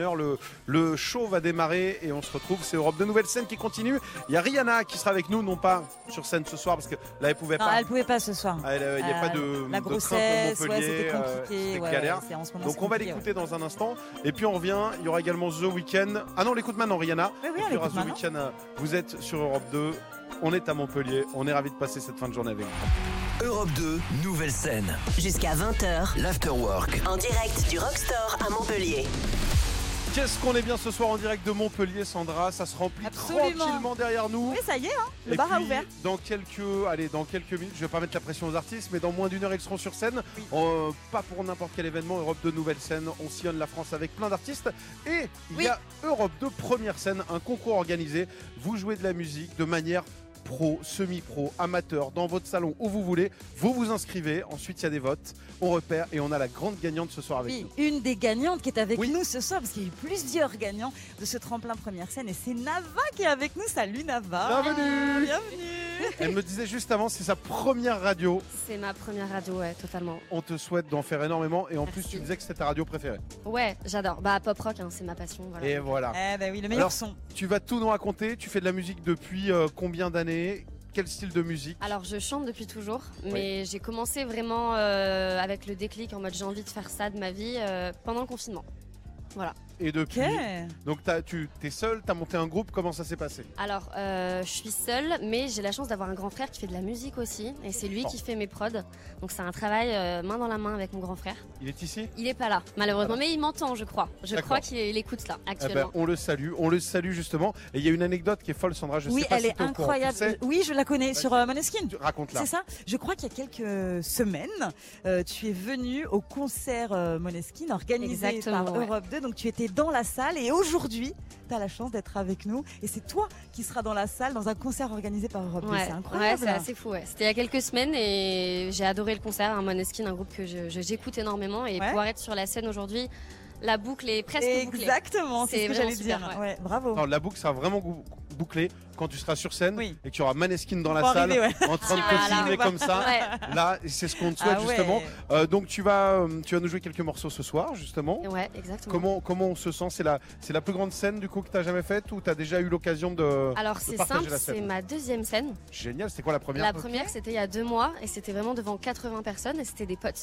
le show va démarrer et on se retrouve, c'est Europe 2 Nouvelle Scène qui continue. Il y a Rihanna qui sera avec nous, non pas sur scène ce soir parce que là elle pouvait pas. Non, elle pouvait pas ce soir. Il n'y a pas de la grossesse, train pour Montpellier, c'était compliqué, c'était galère. En ce moment, donc on va l'écouter dans un instant et puis on revient. Il y aura également The Weeknd. Ah non, on l'écoute maintenant Rihanna. Oui, il y aura The Weeknd. Vous êtes sur Europe 2. On est à Montpellier. On est ravis de passer cette fin de journée avec vous. Europe 2, Nouvelle Scène. Jusqu'à 20h. L'Afterwork. En direct du Rockstore à Montpellier. Qu'est-ce qu'on est bien ce soir en direct de Montpellier, Sandra. Ça se remplit tranquillement derrière nous. Oui, ça y est, le bar a ouvert. Dans quelques minutes, je vais pas mettre la pression aux artistes, mais dans moins d'une heure, ils seront sur scène. Pas pour n'importe quel événement, Europe 2 Nouvelle Scène. On sillonne la France avec plein d'artistes. Et il y a Europe 2 Première Scène, un concours organisé. Vous jouez de la musique de manière pro, semi-pro, amateur, dans votre salon, où vous voulez. Vous vous inscrivez, ensuite il y a des votes, on repère et on a la grande gagnante ce soir avec nous. Une des gagnantes qui est avec nous ce soir, parce qu'il y a eu plusieurs gagnants de ce tremplin Première Scène et c'est Nava qui est avec nous. Salut Nava. Bienvenue. Bienvenue. Elle me disait juste avant, c'est sa première radio. C'est ma première radio, ouais, totalement. On te souhaite d'en faire énormément et en plus tu disais que c'était ta radio préférée. Ouais, j'adore. Bah pop rock, c'est ma passion. Voilà. Et voilà. Bah oui, le meilleur son. Tu vas tout nous raconter. Tu fais de la musique depuis combien d'années? Quel style de musique? Alors je chante depuis toujours, mais j'ai commencé vraiment avec le déclic en mode j'ai envie de faire ça de ma vie pendant le confinement. Voilà. Et depuis, donc tu es seule, tu as monté un groupe, comment ça s'est passé? Alors je suis seule, mais j'ai la chance d'avoir un grand frère qui fait de la musique aussi, et c'est lui qui fait mes prods. Donc c'est un travail main dans la main avec mon grand frère. Il est ici? Il est pas là, malheureusement, mais il m'entend, je crois. Je crois qu'il écoute là actuellement. On le salue justement. Et il y a une anecdote qui est folle, Sandra. Je sais pas elle si est incroyable. Oui, je la connais sur Måneskin. Raconte-la. C'est ça. Je crois qu'il y a quelques semaines, tu es venu au concert Måneskin organisé par Europe 2. Donc tu étais dans la salle et aujourd'hui, tu as la chance d'être avec nous et c'est toi qui seras dans la salle dans un concert organisé par Europe 2. C'est incroyable. Ouais, c'est assez fou. C'était il y a quelques semaines et j'ai adoré le concert. Måneskin, un groupe que j'écoute énormément et pouvoir être sur la scène aujourd'hui, la boucle est presque bouclée. Exactement, c'est ce que j'allais dire. Ouais, bravo. Non, la boucle sera vraiment bouclée quand tu seras sur scène et que tu auras Måneskin dans la salle en train de te filmer comme ça. Là, c'est ce qu'on te souhaite justement. Donc tu vas nous jouer quelques morceaux ce soir justement. Ouais, exactement. Comment on se sent? C'est la plus grande scène du coup que tu as jamais faite ou tu as déjà eu l'occasion de Alors c'est simple, c'est ma deuxième scène. Génial, c'était quoi la première? La première c'était il y a 2 mois et c'était vraiment devant 80 personnes et c'était des potes.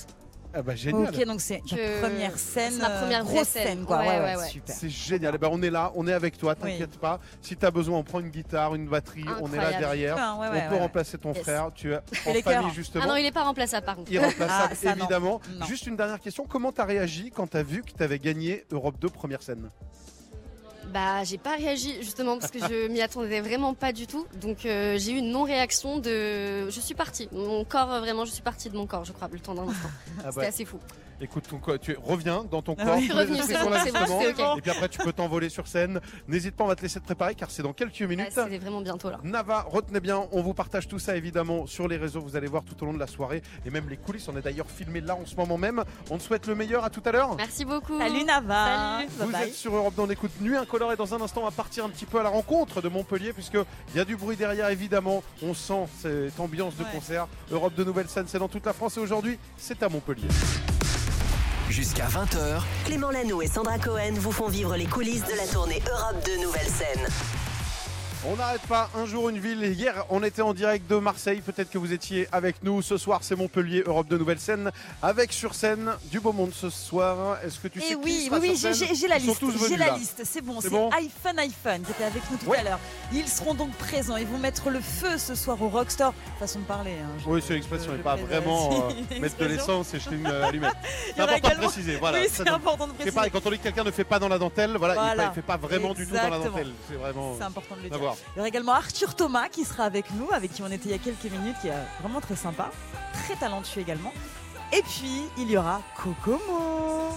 Ah bah génial. Ok, donc c'est ta première scène, c'est ma première vraie grosse scène, quoi. Ouais, super. C'est génial. Eh ben, on est là, on est avec toi, t'inquiète pas. Si tu as besoin, on prend une guitare, une batterie, on est là derrière. On peut remplacer ton frère. Tu es en famille justement. Ah non, il n'est pas remplaçable par contre. Irremplaçable, ça, évidemment. Non. Juste une dernière question. Comment tu as réagi quand tu as vu que tu avais gagné Europe 2 première scène? Bah, j'ai pas réagi justement parce que je m'y attendais vraiment pas du tout. Donc j'ai eu une non-réaction de. Je suis partie. Mon corps, vraiment, je suis partie de mon corps, je crois, le temps d'un instant. C'était assez fou. Écoute, tu reviens dans ton corps. Je suis revenue, c'est bon, c'est ok. Et puis après, tu peux t'envoler sur scène. N'hésite pas, on va te laisser te préparer car c'est dans quelques minutes. C'est vraiment bientôt là. Nava, retenez bien, on vous partage tout ça évidemment sur les réseaux. Vous allez voir tout au long de la soirée et même les coulisses. On est d'ailleurs filmé là en ce moment même. On te souhaite le meilleur. À tout à l'heure. Merci beaucoup. Salut Nava. Salut. Vous êtes sur Europe 2, on écoute Nuit Incolore. Dans un instant, on va partir un petit peu à la rencontre de Montpellier puisqu'il y a du bruit derrière évidemment. On sent cette ambiance de concert. Europe 2 nouvelle scène, c'est dans toute la France et aujourd'hui, c'est à Montpellier. Jusqu'à 20h, Clément Lanoux et Sandra Cohen vous font vivre les coulisses de la tournée Europe 2 nouvelle scène. On n'arrête pas, un jour une ville. Hier, on était en direct de Marseille. Peut-être que vous étiez avec nous. Ce soir, c'est Montpellier, Europe 2 nouvelle scène. Avec sur scène du beau monde ce soir. Est-ce que tu sais qui sera sur scène? J'ai la Ils sont liste. tous venus, J'ai la là. liste. C'est bon. C'est C'est bon iPhone qui était avec nous tout à l'heure. Ils seront donc présents. Ils vont mettre le feu ce soir au Rockstore. Façon de parler. Oui, c'est l'expression. Et pas vraiment mettre de l'essence et jeter une allumette. C'est important de préciser. Voilà. Oui, c'est important de préciser. C'est pareil, quand on dit que quelqu'un ne fait pas dans la dentelle, voilà. Il ne fait pas vraiment du tout dans la dentelle. C'est vraiment. C'est important de le dire. Savoir. Il y aura également Arthur Thomas qui sera avec nous, avec qui on était il y a quelques minutes, qui est vraiment très sympa, très talentueux également. Et puis, il y aura Kokomo.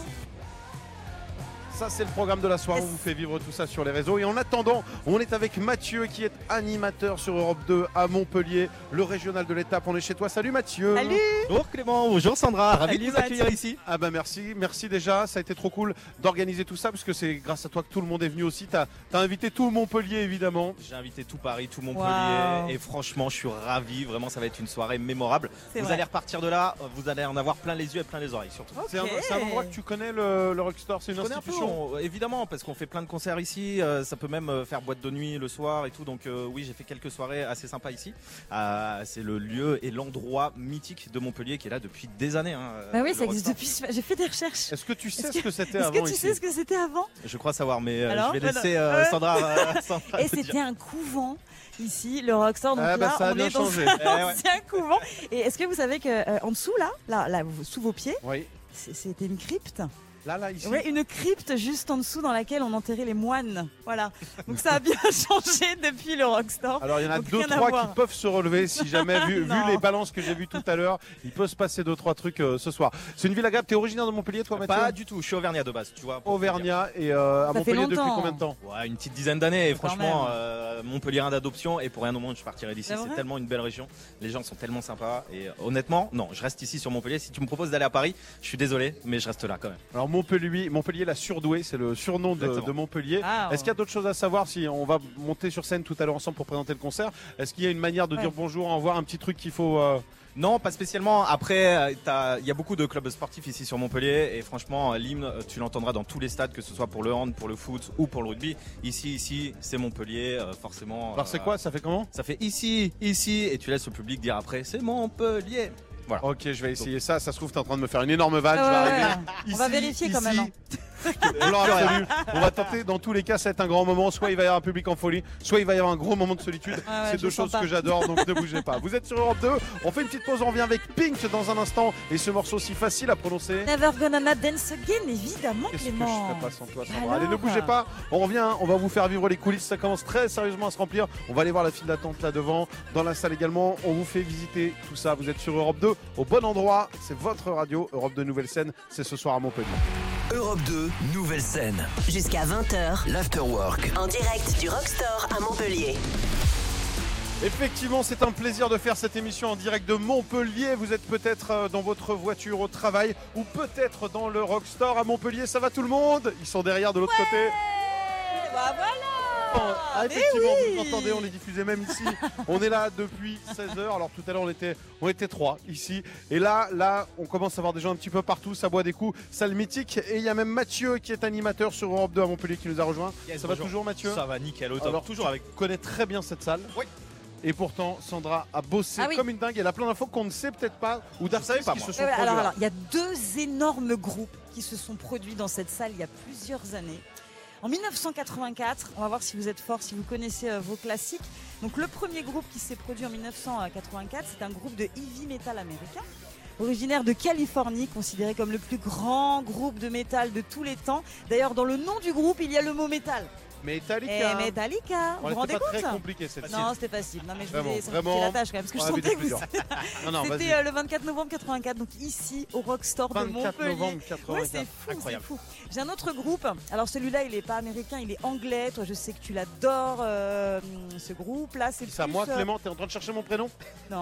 Ça, c'est le programme de la soirée. On vous fait vivre tout ça sur les réseaux. Et en attendant, on est avec Mathieu qui est animateur sur Europe 2 à Montpellier, le régional de l'étape. On est chez toi. Salut Mathieu. Salut. Bonjour Clément, bonjour Sandra. Ravi Salut de vous accueillir Mathieu. ici. Ah bah merci déjà. Ça a été trop cool d'organiser tout ça parce que c'est grâce à toi que tout le monde est venu aussi. T'as invité tout Montpellier évidemment. J'ai invité tout Paris, tout Montpellier. Wow. Et franchement, je suis ravi. Vraiment, ça va être une soirée mémorable. C'est Vous vrai. allez repartir de là, vous allez en avoir plein les yeux et plein les oreilles surtout. C'est un endroit que tu connais, le Rockstore. C'est une Je connais un institution. peu, évidemment, parce qu'on fait plein de concerts ici. Ça peut même faire boîte de nuit le soir et tout. Donc oui, j'ai fait quelques soirées assez sympas ici. C'est le lieu et l'endroit mythique de Montpellier qui est là depuis des années. Bah oui, le ça existe Rockstar. depuis. J'ai fait des recherches. Est-ce que tu sais ce que c'était Est-ce avant que tu ici sais ce que c'était avant? Je crois savoir, mais Alors, je vais laisser voilà. Sandra. Et te dire. c'était un couvent ici, le Rockstore. Donc Ah bah, là, ça a on bien est dans changé. un ancien couvent. Et est-ce que vous savez que en dessous là, sous vos pieds, Oui. c'était une crypte? Là, ici. Oui, une crypte juste en dessous dans laquelle on enterrait les moines. Voilà. Donc ça a bien changé depuis le Rockstore. Alors il y en a Donc, 2-3 rien à voir. qui peuvent se relever si jamais, vu Non. les balances que j'ai vues tout à l'heure, il peut se passer 2-3 trucs ce soir. C'est une ville agréable. T'es originaire de Montpellier toi Mathieu? Pas du tout, je suis auvergnat de base, tu vois. pour te dire. Auvergnat et à Ça fait Montpellier depuis longtemps. combien de temps? Ouais, une petite dizaine d'années et Quand franchement, Montpellierin d'adoption et pour rien au monde je partirai d'ici. C'est C'est vrai tellement une belle région, les gens sont tellement sympas et honnêtement, non, je reste ici sur Montpellier. Si tu me proposes d'aller à Paris, je suis désolé, mais je reste là quand même. Alors Montpellier la surdouée, c'est le surnom Exactement. de Montpellier. Ah, Est-ce qu'il y a d'autres choses à savoir si on va monter sur scène tout à l'heure ensemble pour présenter le concert? Est-ce qu'il y a une manière de dire bonjour, au revoir, un petit truc qu'il faut Non, pas spécialement. Après, il y a beaucoup de clubs sportifs ici sur Montpellier et franchement, l'hymne, tu l'entendras dans tous les stades, que ce soit pour le hand, pour le foot ou pour le rugby. Ici, c'est Montpellier, forcément. Alors c'est quoi? Ça fait comment? Ça fait ici, et tu laisses le public dire après, c'est Montpellier. Voilà. Ok, je vais essayer ça. Ça se trouve, t'es en train de me faire une énorme vanne. Je vais Ouais, arriver on va vérifier quand même, hein. Blanc absolu. On va tenter, dans tous les cas, ça va être un grand moment. Soit il va y avoir un public en folie, soit il va y avoir un gros moment de solitude. C'est je deux le sens choses pas. que j'adore, donc ne bougez pas. Vous êtes sur Europe 2. On fait une petite pause. On revient avec Pink dans un instant. Et ce morceau si facile à prononcer. Never Gonna Not Dance Again, évidemment, Qu'est-ce que je Clément. ferais pas sans toi, Sandra? Alors Allez, ne bougez pas. On revient. On va vous faire vivre les coulisses. Ça commence très sérieusement à se remplir. On va aller voir la file d'attente là devant. Dans la salle également. On vous fait visiter tout ça. Vous êtes sur Europe 2 au bon endroit. C'est votre radio. Europe 2 Nouvelle Scène. C'est ce soir à Montpellier. Europe 2, nouvelle scène. Jusqu'à 20h, L'Afterwork. en direct du Rockstore à Montpellier. Effectivement, c'est un plaisir de faire cette émission en direct de Montpellier. Vous êtes peut-être dans votre voiture au travail ou peut-être dans le Rockstore à Montpellier. Ça va tout le monde? Ils sont derrière de l'autre côté. Bah voilà. Ah, effectivement, vous entendez, on les diffusait même ici. On est là depuis 16h. Alors tout à l'heure, on était 3 ici. Et là, on commence à voir des gens un petit peu partout. Ça boit des coups, salle mythique. Et il y a même Mathieu qui est animateur sur Europe 2 à Montpellier qui nous a rejoint. Yes, ça bonjour. va toujours, Mathieu? Ça va nickel, au top. Alors toujours avec. Tu connais très bien cette salle. Oui. Et pourtant, Sandra a bossé comme une dingue. Elle a plein d'infos qu'on ne sait peut-être pas ou d'artistes qui se sont produits. Alors, il y a 2 énormes groupes qui se sont produits dans cette salle il y a plusieurs années. En 1984, on va voir si vous êtes fort, si vous connaissez vos classiques. Donc le premier groupe qui s'est produit en 1984, c'est un groupe de heavy metal américain, originaire de Californie, considéré comme le plus grand groupe de métal de tous les temps. D'ailleurs, dans le nom du groupe, il y a le mot métal. Metallica. Metallica, vous vous rendez compte? C'était pas très compliqué cette Non, c'était facile. Non, mais je vraiment, voulais simplifier la tâche quand même, parce que je sentais que vous... C'était le 24 novembre 84, donc ici au Rockstore de Montpellier. 24 novembre 84. Ouais, c'est fou, incroyable. C'est fou. J'ai un autre groupe. Alors celui-là, il est pas américain, il est anglais. Toi, je sais que tu l'adores, ce groupe-là. C'est à moi, Clément. T'es en train de chercher mon prénom? Non.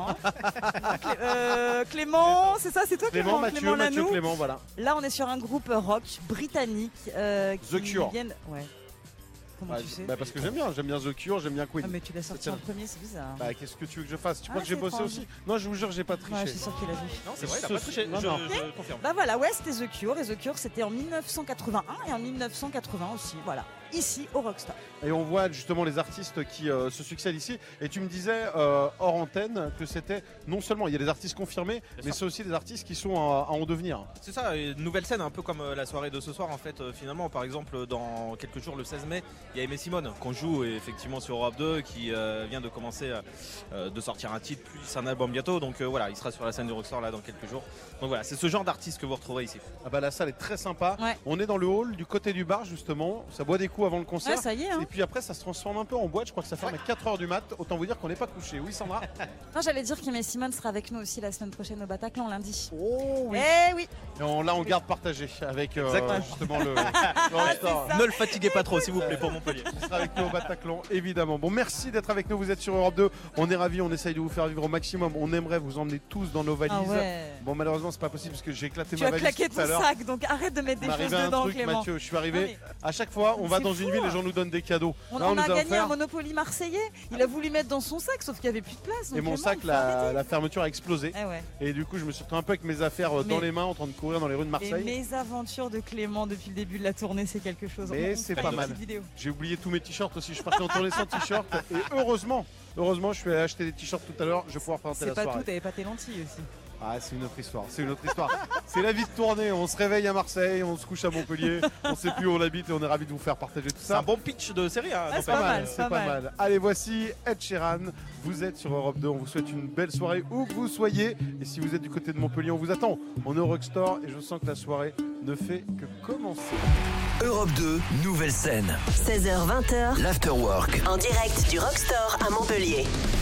Clément, c'est ça, c'est toi, Clément. Mathieu, Clément, voilà. Là, on est sur un groupe rock britannique. The Cure. Ouais. Comment tu sais? Parce que j'aime bien The Cure, j'aime bien Queen. Ah mais tu l'as sorti en premier, c'est bizarre. Qu'est-ce que tu veux que je fasse? Tu crois que j'ai bossé aussi? Non, je vous jure, j'ai pas triché. Ouais, je suis sûr qu'il a vu. Non, c'est vrai, il a pas triché. Je confirme. Bah voilà, ouais, c'était The Cure. Et The Cure, c'était en 1981 et en 1980 aussi. Voilà, ici au Rockstar. Et on voit justement les artistes qui se succèdent ici. Et tu me disais hors antenne que c'était non seulement il y a des artistes confirmés, mais c'est aussi des artistes qui sont à en devenir. C'est ça, une nouvelle scène, un peu comme la soirée de ce soir en fait. Finalement, par exemple, dans quelques jours, le 16 mai, il y a Aimé Simone qu'on joue effectivement sur Europe 2 qui vient de commencer de sortir un titre plus un album bientôt. Donc voilà, il sera sur la scène du Rockstar là dans quelques jours. Donc voilà, c'est ce genre d'artiste que vous retrouverez ici. Ah bah la salle est très sympa. Ouais. On est dans le hall du côté du bar justement. Ça boit des coups avant le concert. Ouais, ça y est. Hein. Et puis après, ça se transforme un peu en boîte. Je crois que ça ferme à 4h du mat. Autant vous dire qu'on n'est pas couché. Oui, Sandra? Non, j'allais dire qu'Aimé Simone sera avec nous aussi la semaine prochaine au Bataclan lundi. Oh oui. Eh oui. Et là, on garde partagé avec justement le Rockstar. Ne le fatiguez pas trop, s'il vous plaît, pour Montpellier. Il sera avec nous au Bataclan, évidemment. Bon, merci d'être avec nous. Vous êtes sur Europe 2. On est ravis. On essaye de vous faire vivre au maximum. On aimerait vous emmener tous dans nos valises. Ah ouais. Bon, malheureusement, c'est pas possible parce que j'ai éclaté tu ma valise. Tu as claqué tout à ton sac, donc arrête de mettre des choses dedans, Clément. Mathieu, je suis arrivé. À chaque fois, on va dans une ville, les gens nous donnent des cadeaux. On a gagné un Monopoly marseillais. Il a voulu mettre dans son sac, sauf qu'il n'y avait plus de place. Et mon sac, la fermeture a explosé. Eh ouais. Et du coup, je me suis retrouvé un peu avec mes affaires dans les mains en train de courir dans les rues de Marseille. Et mes aventures de Clément depuis le début de la tournée, c'est quelque chose. Mais c'est pas mal. J'ai oublié tous mes t-shirts aussi. Je suis parti en tournée sans t-shirt. Et heureusement, je suis allé acheter des t-shirts tout à l'heure. Je vais pouvoir présenter la soirée. C'est pas tout, t'avais pas tes lentilles aussi. Ah, c'est une autre histoire. C'est la vie de tournée. On se réveille à Marseille, on se couche à Montpellier, on sait plus où on habite et on est ravis de vous faire partager tout ça. C'est un bon pitch de série. Hein, c'est pas mal. Allez, voici Ed Sheeran. Vous êtes sur Europe 2. On vous souhaite une belle soirée où que vous soyez. Et si vous êtes du côté de Montpellier, on vous attend. On est au Rockstore et je sens que la soirée ne fait que commencer. Europe 2, nouvelle scène. 16h-20h. L'Afterwork. En direct du Rockstore à Montpellier.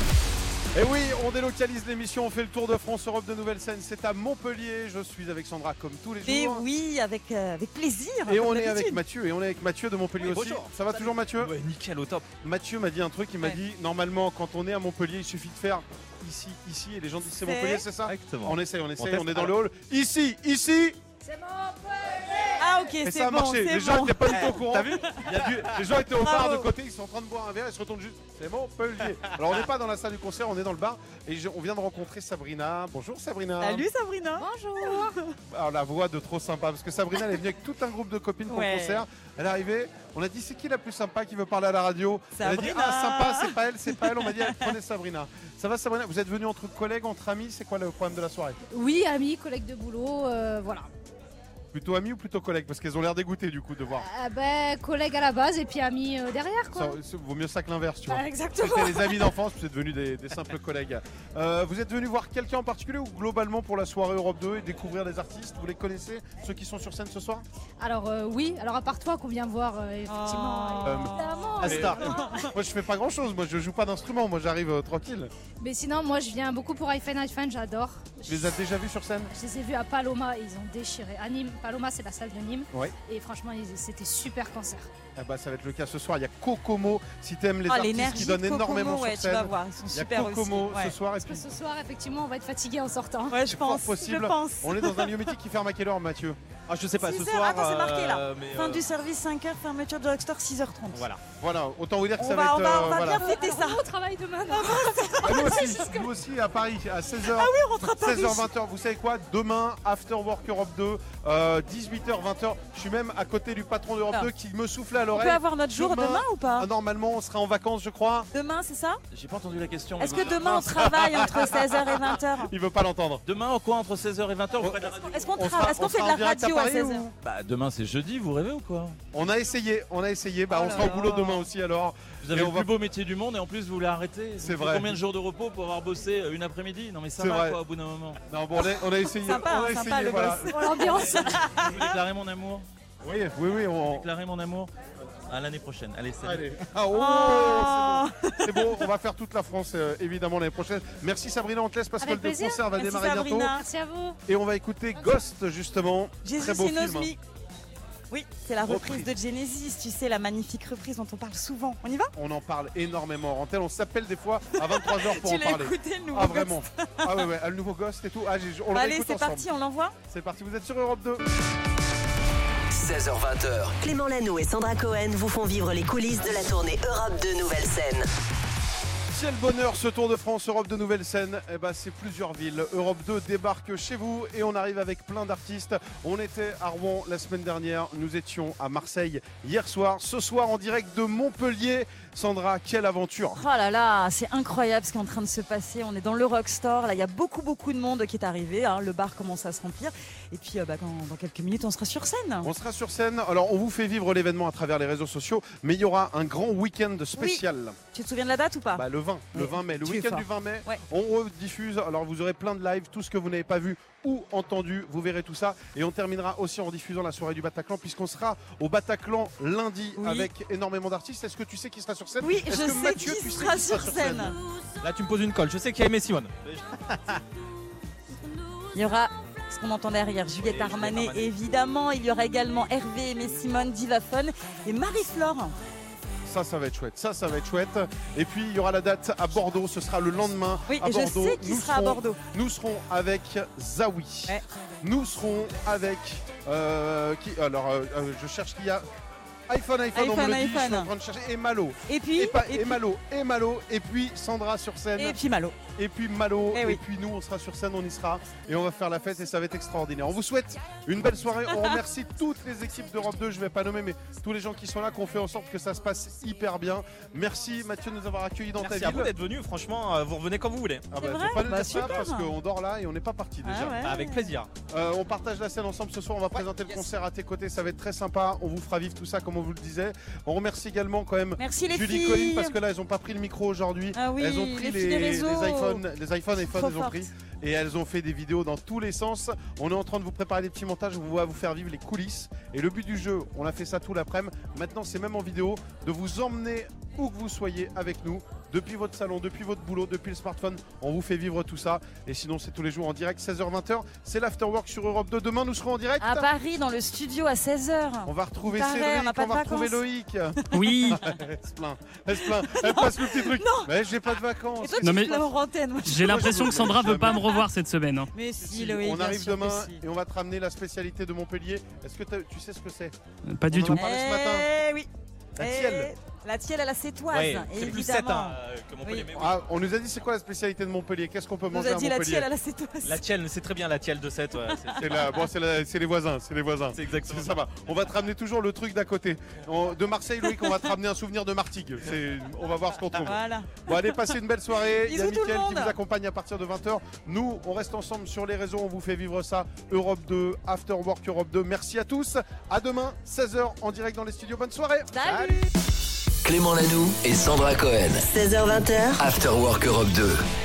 Et oui, on délocalise l'émission, on fait le tour de France, Europe de nouvelle scène. C'est à Montpellier. Je suis avec Sandra comme tous les jours. Et oui, avec plaisir. Et on est avec Mathieu. Et on est avec Mathieu de Montpellier aussi. Bonjour. Ça va toujours, Mathieu? Ouais, nickel, au top. Mathieu m'a dit un truc. Il m'a dit normalement, quand on est à Montpellier, il suffit de faire ici. Et les gens disent c'est Montpellier, c'est ça? Exactement. On essaye. On est dans le hall. Ici. C'est Montpellier. Ah ok, et c'est ça a bon, marché. Les gens n'étaient pas du tout au courant. T'as vu? Les gens étaient au bar de côté, ils sont en train de boire un verre, ils se retournent juste. C'est Montpellier. Alors on n'est pas dans la salle du concert, on est dans le bar et on vient de rencontrer Sabrina. Bonjour Sabrina. Salut Sabrina. Bonjour. Alors la voix de trop sympa parce que Sabrina elle est venue avec tout un groupe de copines pour le concert. Elle est arrivée, on a dit c'est qui la plus sympa qui veut parler à la radio? Sabrina. Elle a dit sympa, c'est pas elle. On m'a dit prenez Sabrina. Ça va Sabrina? Vous êtes venus entre collègues, entre amis? C'est quoi le problème de la soirée? Oui, amis, collègues de boulot, voilà. Plutôt amis ou plutôt collègues? Parce qu'elles ont l'air dégoûtées du coup de voir. Collègues à la base et puis amis derrière quoi. Vaut mieux ça que l'inverse, tu vois. Exactement. C'était les amis d'enfance, vous êtes devenus des simples collègues. Vous êtes venus voir quelqu'un en particulier ou globalement pour la soirée Europe 2 et découvrir des artistes? Vous les connaissez, ceux qui sont sur scène ce soir? Alors oui, alors à part toi qu'on vient voir effectivement. Évidemment. Moi je fais pas grand chose, moi je joue pas d'instrument, moi j'arrive tranquille. Mais sinon moi je viens beaucoup pour iPhone, j'adore. Tu les as déjà vus sur scène? Je les ai vus à Paloma, ils ont déchiré. À Nîmes, Paloma c'est la salle de Nîmes. Ouais. Et franchement c'était super concert. Ah bah, ça va être le cas ce soir. Il y a Kokomo, si t'aimes les artistes qui donnent énormément sur scène. Tu vas voir, ils sont super. Il y a Kokomo aussi, ce soir. Parce que ce soir effectivement on va être fatigué en sortant. Ouais, je pense. On est dans un lieu mythique qui ferme à quelle heure, Mathieu? Ah, je sais pas, ce 6 soir. Attends, c'est marqué là. Fin du service 5h, fermeture du Rockstar 6h30. Voilà, autant vous dire que ça va être. On va bien fêter ça. Au travail demain. Nous aussi, nous aussi à Paris, à 16h. Ah oui, on rentre à Paris. 16h, 20h. Vous savez quoi? Demain, After Work Europe 2, 18h, 20h. Je suis même à côté du patron d'Europe 2 qui me souffle à On l'oreille. peut avoir notre jour demain ou pas? Normalement, on sera en vacances, je crois. Demain, c'est ça? J'ai pas entendu la question. Est-ce que demain on travaille entre 16h et 20h? Il veut pas l'entendre. Demain, quoi, entre 16h et 20h, vous ferez de la radio? Est-ce qu'on fait de la radio à 16h? Bah, demain, c'est jeudi, vous rêvez ou quoi? On a essayé. Bah, on sera au boulot demain aussi alors. Vous avez le plus beau métier du monde et en plus vous voulez arrêter. C'est vrai. Combien de jours de repos pour avoir bossé une après-midi? Non mais ça va quoi au bout d'un moment. Non bon, on a essayé. Sympa, on a sympa essayé, le voilà. boss. Pour l'ambiance. Je vous déclarer mon amour. Oui. Déclarer mon amour à l'année prochaine. Allez, salut. Allez. Ah, c'est bon. On va faire toute la France évidemment l'année prochaine. Merci Sabrina, on te laisse parce que le concert va démarrer bientôt. Merci à vous. Et on va écouter Ghost justement. Jesus Très beau Knows film. Me. Oui, c'est la reprise de Genesis, tu sais, la magnifique reprise dont on parle souvent. On y va? On en parle énormément en antenne. On s'appelle des fois à 23h pour en Tu l'as parler. écouté, le nouveau Ah vraiment? Ghost. Ah ouais, le nouveau Ghost et tout. Ah, on le Allez, réécoute c'est ensemble. parti, on l'envoie? C'est parti, vous êtes sur Europe 2. 16h20. Clément Lanoux et Sandra Cohen vous font vivre les coulisses de la tournée Europe 2 Nouvelle Scène. Quel bonheur ce Tour de France Europe de Nouvelle Scène. Eh ben, c'est plusieurs villes. Europe 2 débarque chez vous et on arrive avec plein d'artistes. On était à Rouen la semaine dernière, nous étions à Marseille hier soir. Ce soir en direct de Montpellier. Sandra, quelle aventure! Oh là là, c'est incroyable ce qui est en train de se passer. On est dans le Rockstore. Là, il y a beaucoup de monde qui est arrivé. Hein. Le bar commence à se remplir. Et puis, dans quelques minutes, on sera sur scène. On sera sur scène. Alors, on vous fait vivre l'événement à travers les réseaux sociaux, mais il y aura un grand week-end spécial. Oui. Tu te souviens de la date ou pas? Le 20 mai. Le week-end du 20 mai, ouais. On rediffuse. Alors, vous aurez plein de lives, tout ce que vous n'avez pas vu ou entendu, vous verrez tout ça. Et on terminera aussi en diffusant la soirée du Bataclan, puisqu'on sera au Bataclan lundi avec énormément d'artistes. Est-ce que tu sais qui sera sur scène? Oui, je sais Mathieu, qui sera sur scène. Là, tu me poses une colle. Je sais qu'il y a Aimé Simone. Il y aura ce qu'on entend derrière, Juliette Armanet, évidemment. Il y aura également Hervé, Aimé Simone, Divaphone et Marie-Flore. Ça va être chouette. Ça va être chouette. Et puis, il y aura la date à Bordeaux. Ce sera le lendemain oui, à et Bordeaux. Je sais qui sera à Bordeaux. Nous serons avec Zawi. Ouais. Nous serons avec... je cherche qui y a... iPhone, on me le dit, je suis en train de chercher. Et Malo. Et puis Malo. Et puis Sandra sur scène. Et puis Malo. Et puis Malo. Et puis nous, on sera sur scène, on y sera. Et on va faire la fête et ça va être extraordinaire. On vous souhaite une belle soirée. On remercie toutes les équipes d'Europe 2. Je vais pas nommer, mais tous les gens qui sont là, qui ont fait en sorte que ça se passe hyper bien. Merci Mathieu de nous avoir accueillis dans ta ville. Merci à vous d'être venu. Franchement, vous revenez quand vous voulez. Ah bah, faut pas nous dire ça parce qu'on dort là et on n'est pas parti déjà. Ouais. Avec plaisir. On partage la scène ensemble ce soir. On va présenter le concert à tes côtés. Ça va être très sympa. On vous fera vivre tout ça comme on vous le disait. On remercie également quand même Julie Collin parce que là elles n'ont pas pris le micro aujourd'hui. Ah oui, elles ont pris les iPhones et elles ont fait des vidéos dans tous les sens. On est en train de vous préparer des petits montages. On va vous faire vivre les coulisses. Et le but du jeu, on a fait ça tout l'après-midi. Maintenant c'est même en vidéo de vous emmener où que vous soyez avec nous. Depuis votre salon, depuis votre boulot, depuis le smartphone, on vous fait vivre tout ça. Et sinon, c'est tous les jours en direct, 16h-20h. C'est l'Afterwork sur Europe 2. Demain, nous serons en direct. À Paris, dans le studio, à 16h. On va retrouver Cédric, on va retrouver Loïc. Oui. Elle se plaint. Elle passe le petit truc. Non. Mais j'ai pas de vacances. Et toi, tu fais la antenne. J'ai l'impression que Sandra veut pas me revoir cette semaine. Hein. Mais si, Loïc. On arrive demain et on va te ramener la spécialité de Montpellier. Est-ce que tu sais ce que c'est? Pas du tout. On en a parlé ce matin. Oui. La tielle. La tielle à la sétoise, ouais, c'est plus 7 que Montpellier. Oui. Mais oui. Ah, on nous a dit c'est quoi la spécialité de Montpellier? Qu'est-ce qu'on peut manger à Montpellier? On nous a dit la tielle à la sétoise. La tielle, c'est très bien la tielle de 7. Ouais, c'est les voisins. C'est exactement ça. Va. On va te ramener toujours le truc d'à côté. De Marseille, Loïc, on va te ramener un souvenir de Martigues. On va voir ce qu'on trouve. Voilà. Bon, allez, passez une belle soirée. Il y a Bisous Mickaël qui vous accompagne à partir de 20h. Nous, on reste ensemble sur les réseaux. On vous fait vivre ça. Europe 2, After Work Europe 2. Merci à tous. À demain, 16h en direct dans les studios. Bonne soirée. Salut. Clément Lanoux et Sandra Cohen. 16h-20h. After Work Europe 2.